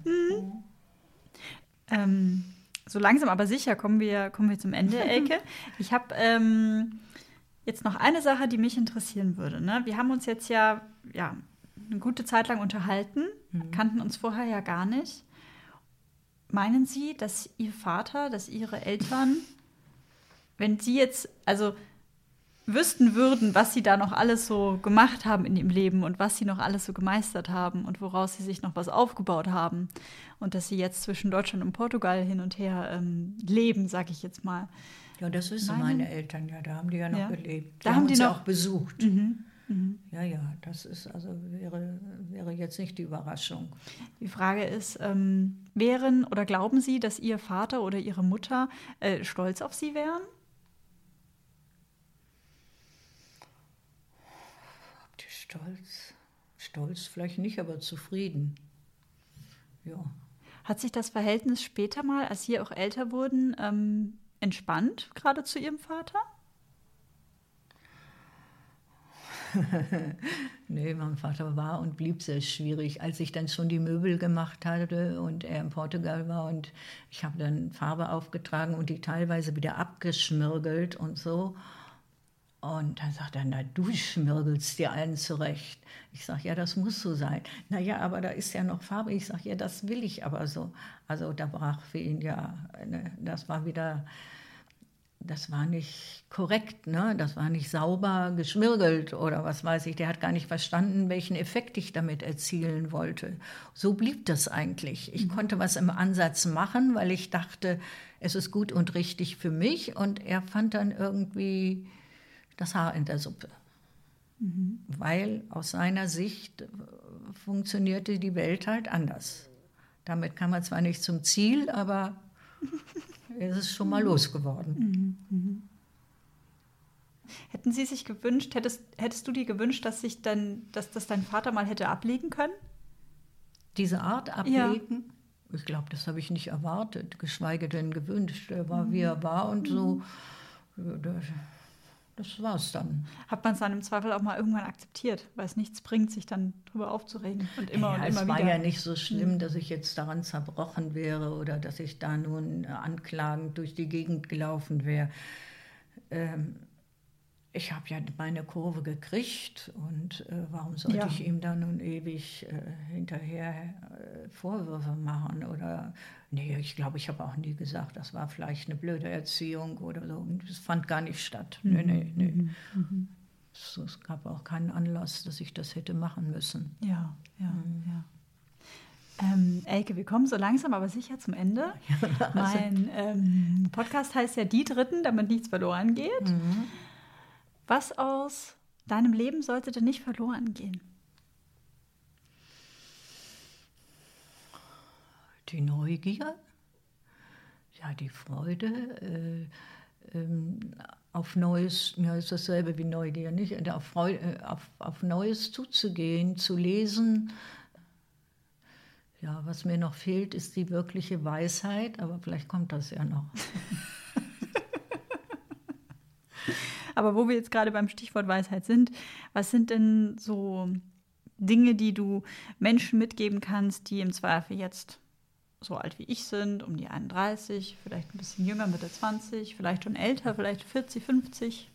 [SPEAKER 1] Ja.
[SPEAKER 4] So langsam aber sicher kommen wir zum Ende, Elke. Ich habe jetzt noch eine Sache, die mich interessieren würde. Ne? Wir haben uns jetzt ja eine gute Zeit lang unterhalten, kannten uns vorher ja gar nicht. Meinen Sie, dass Ihr Vater, dass Ihre Eltern, wenn Sie jetzt also wüssten würden, was Sie da noch alles so gemacht haben in Ihrem Leben und was Sie noch alles so gemeistert haben und woraus Sie sich noch was aufgebaut haben und dass Sie jetzt zwischen Deutschland und Portugal hin und her leben, sage ich jetzt mal.
[SPEAKER 1] Ja, das wissen meine Eltern ja, da haben die ja noch gelebt.
[SPEAKER 4] Da haben die
[SPEAKER 1] uns
[SPEAKER 4] noch
[SPEAKER 1] auch besucht. Ja, das ist also wäre jetzt nicht die Überraschung.
[SPEAKER 4] Die Frage ist, wären oder glauben Sie, dass Ihr Vater oder Ihre Mutter stolz auf Sie wären?
[SPEAKER 1] Stolz vielleicht nicht, aber zufrieden. Ja.
[SPEAKER 4] Hat sich das Verhältnis später mal, als Sie auch älter wurden, entspannt, gerade zu Ihrem Vater?
[SPEAKER 1] Nee, mein Vater war und blieb sehr schwierig. Als ich dann schon die Möbel gemacht hatte und er in Portugal war und ich habe dann Farbe aufgetragen und die teilweise wieder abgeschmirgelt und so. Und dann sagt er, na, du schmirgelst dir einen zurecht. Ich sage, ja, das muss so sein. Naja, aber da ist ja noch Farbe. Ich sage, ja, das will ich aber so. Also da brach für ihn das war nicht korrekt, ne? Das war nicht sauber geschmirgelt oder was weiß ich. Der hat gar nicht verstanden, welchen Effekt ich damit erzielen wollte. So blieb das eigentlich. Ich konnte was im Ansatz machen, weil ich dachte, es ist gut und richtig für mich. Und er fand dann irgendwie das Haar in der Suppe. Weil aus seiner Sicht funktionierte die Welt halt anders. Damit kam er zwar nicht zum Ziel, aber es ist schon mal losgeworden.
[SPEAKER 4] Hätten Sie sich gewünscht, hättest du dir gewünscht, dass das dein Vater mal hätte ablegen können?
[SPEAKER 1] Diese Art ablegen? Ja. Ich glaube, das habe ich nicht erwartet, geschweige denn gewünscht. Er war, wie er war und so. Das war's dann.
[SPEAKER 4] Hat man es dann im Zweifel auch mal irgendwann akzeptiert, weil es nichts bringt, sich dann drüber aufzuregen und immer und immer wieder.
[SPEAKER 1] Es war ja nicht so schlimm, dass ich jetzt daran zerbrochen wäre oder dass ich da nun anklagend durch die Gegend gelaufen wäre. ich habe ja meine Kurve gekriegt und warum sollte ich ihm dann nun ewig hinterher Vorwürfe machen? Oder nee, ich glaube, ich habe auch nie gesagt, das war vielleicht eine blöde Erziehung oder so. Und das fand gar nicht statt. Nee. Es gab auch keinen Anlass, dass ich das hätte machen müssen.
[SPEAKER 4] Ja. Elke, wir kommen so langsam, aber sicher zum Ende. Ja, mein Podcast heißt ja Die Dritten, damit nichts verloren geht. Mhm. Was aus deinem Leben sollte denn nicht verloren gehen?
[SPEAKER 1] Die Neugier, ja, die Freude auf Neues, ja, ist dasselbe wie Neugier, nicht? Auf Neues zuzugehen, zu lesen. Ja, was mir noch fehlt, ist die wirkliche Weisheit, aber vielleicht kommt das ja noch.
[SPEAKER 4] Aber wo wir jetzt gerade beim Stichwort Weisheit sind, was sind denn so Dinge, die du Menschen mitgeben kannst, die im Zweifel jetzt so alt wie ich sind, um die 31, vielleicht ein bisschen jünger, Mitte 20, vielleicht schon älter, vielleicht 40, 50?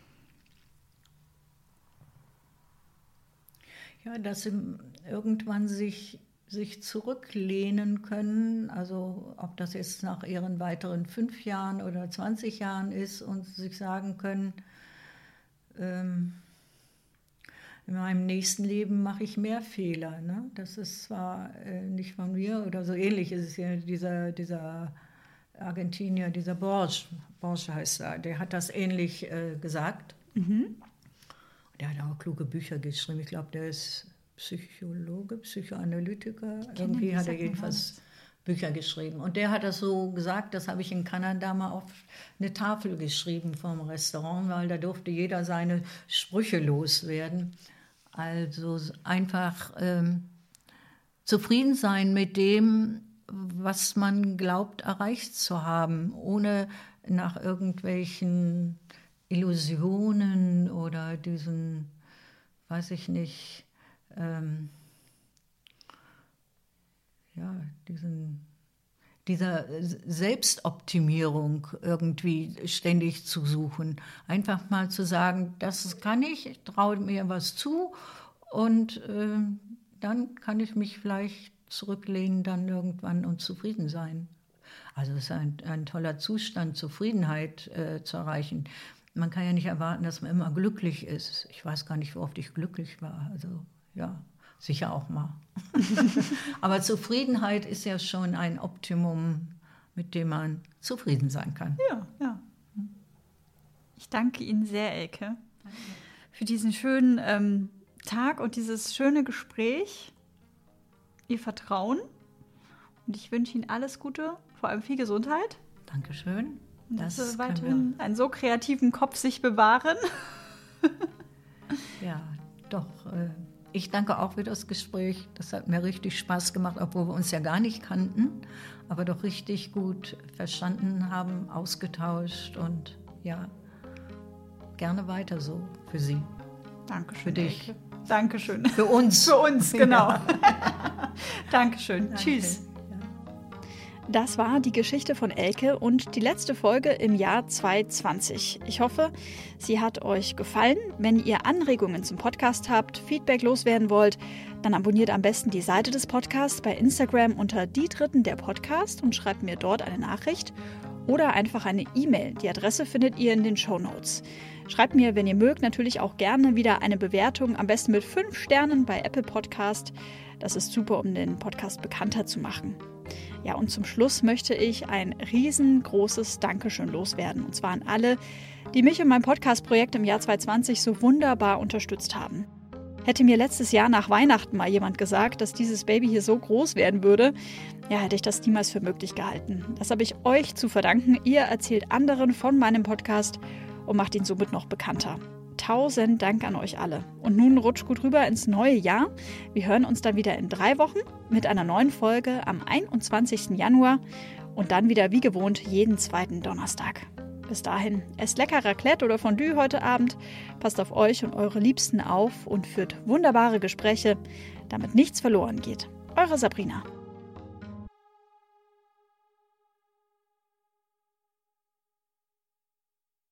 [SPEAKER 1] Ja, dass sie irgendwann sich zurücklehnen können, also ob das jetzt nach ihren weiteren 5 Jahren oder 20 Jahren ist und sich sagen können, in meinem nächsten Leben mache ich mehr Fehler. Ne? Das ist zwar nicht von mir oder so ähnlich ist es ja dieser Argentinier, dieser Borges heißt er, der hat das ähnlich gesagt. Mhm. Der hat auch kluge Bücher geschrieben. Ich glaube, der ist Psychologe, Psychoanalytiker. Irgendwie hat er jedenfalls Bücher geschrieben. Und der hat das so gesagt, das habe ich in Kanada mal auf eine Tafel geschrieben vom Restaurant, weil da durfte jeder seine Sprüche loswerden. Also einfach zufrieden sein mit dem, was man glaubt, erreicht zu haben, ohne nach irgendwelchen Illusionen oder diesen, weiß ich nicht, dieser Selbstoptimierung irgendwie ständig zu suchen. Einfach mal zu sagen, das kann ich traue mir was zu und dann kann ich mich vielleicht zurücklehnen dann irgendwann und zufrieden sein. Also es ist ein toller Zustand, Zufriedenheit zu erreichen. Man kann ja nicht erwarten, dass man immer glücklich ist. Ich weiß gar nicht, wie oft ich glücklich war. Also ja, sicher auch mal. Aber Zufriedenheit ist ja schon ein Optimum, mit dem man zufrieden sein kann.
[SPEAKER 4] Ja. Ich danke Ihnen sehr, Elke, für diesen schönen Tag und dieses schöne Gespräch, Ihr Vertrauen. Und ich wünsche Ihnen alles Gute, vor allem viel Gesundheit.
[SPEAKER 1] Dankeschön.
[SPEAKER 4] Dass Sie weiterhin einen so kreativen Kopf sich bewahren.
[SPEAKER 1] Ja, doch. Ich danke auch für das Gespräch. Das hat mir richtig Spaß gemacht, obwohl wir uns ja gar nicht kannten, aber doch richtig gut verstanden haben, ausgetauscht und ja, gerne weiter so für Sie.
[SPEAKER 4] Dankeschön.
[SPEAKER 1] Für dich.
[SPEAKER 4] Elke. Dankeschön.
[SPEAKER 1] Für uns.
[SPEAKER 4] Für uns, genau.
[SPEAKER 1] Ja.
[SPEAKER 4] Dankeschön.
[SPEAKER 1] Danke.
[SPEAKER 4] Tschüss.
[SPEAKER 3] Das war die Geschichte von Elke und die letzte Folge im Jahr 2020. Ich hoffe, sie hat euch gefallen. Wenn ihr Anregungen zum Podcast habt, Feedback loswerden wollt, dann abonniert am besten die Seite des Podcasts bei Instagram unter Die Dritten der Podcast und schreibt mir dort eine Nachricht oder einfach eine E-Mail. Die Adresse findet ihr in den Shownotes. Schreibt mir, wenn ihr mögt, natürlich auch gerne wieder eine Bewertung, am besten mit 5 Sternen bei Apple Podcast. Das ist super, um den Podcast bekannter zu machen. Ja, und zum Schluss möchte ich ein riesengroßes Dankeschön loswerden. Und zwar an alle, die mich und mein Podcast-Projekt im Jahr 2020 so wunderbar unterstützt haben. Hätte mir letztes Jahr nach Weihnachten mal jemand gesagt, dass dieses Baby hier so groß werden würde, ja, hätte ich das niemals für möglich gehalten. Das habe ich euch zu verdanken. Ihr erzählt anderen von meinem Podcast und macht ihn somit noch bekannter. 1000 Dank an euch alle. Und nun rutscht gut rüber ins neue Jahr. Wir hören uns dann wieder in 3 Wochen mit einer neuen Folge am 21. Januar und dann wieder wie gewohnt jeden 2. Donnerstag. Bis dahin, esst lecker Raclette oder Fondue heute Abend, passt auf euch und eure Liebsten auf und führt wunderbare Gespräche, damit nichts verloren geht. Eure Sabrina.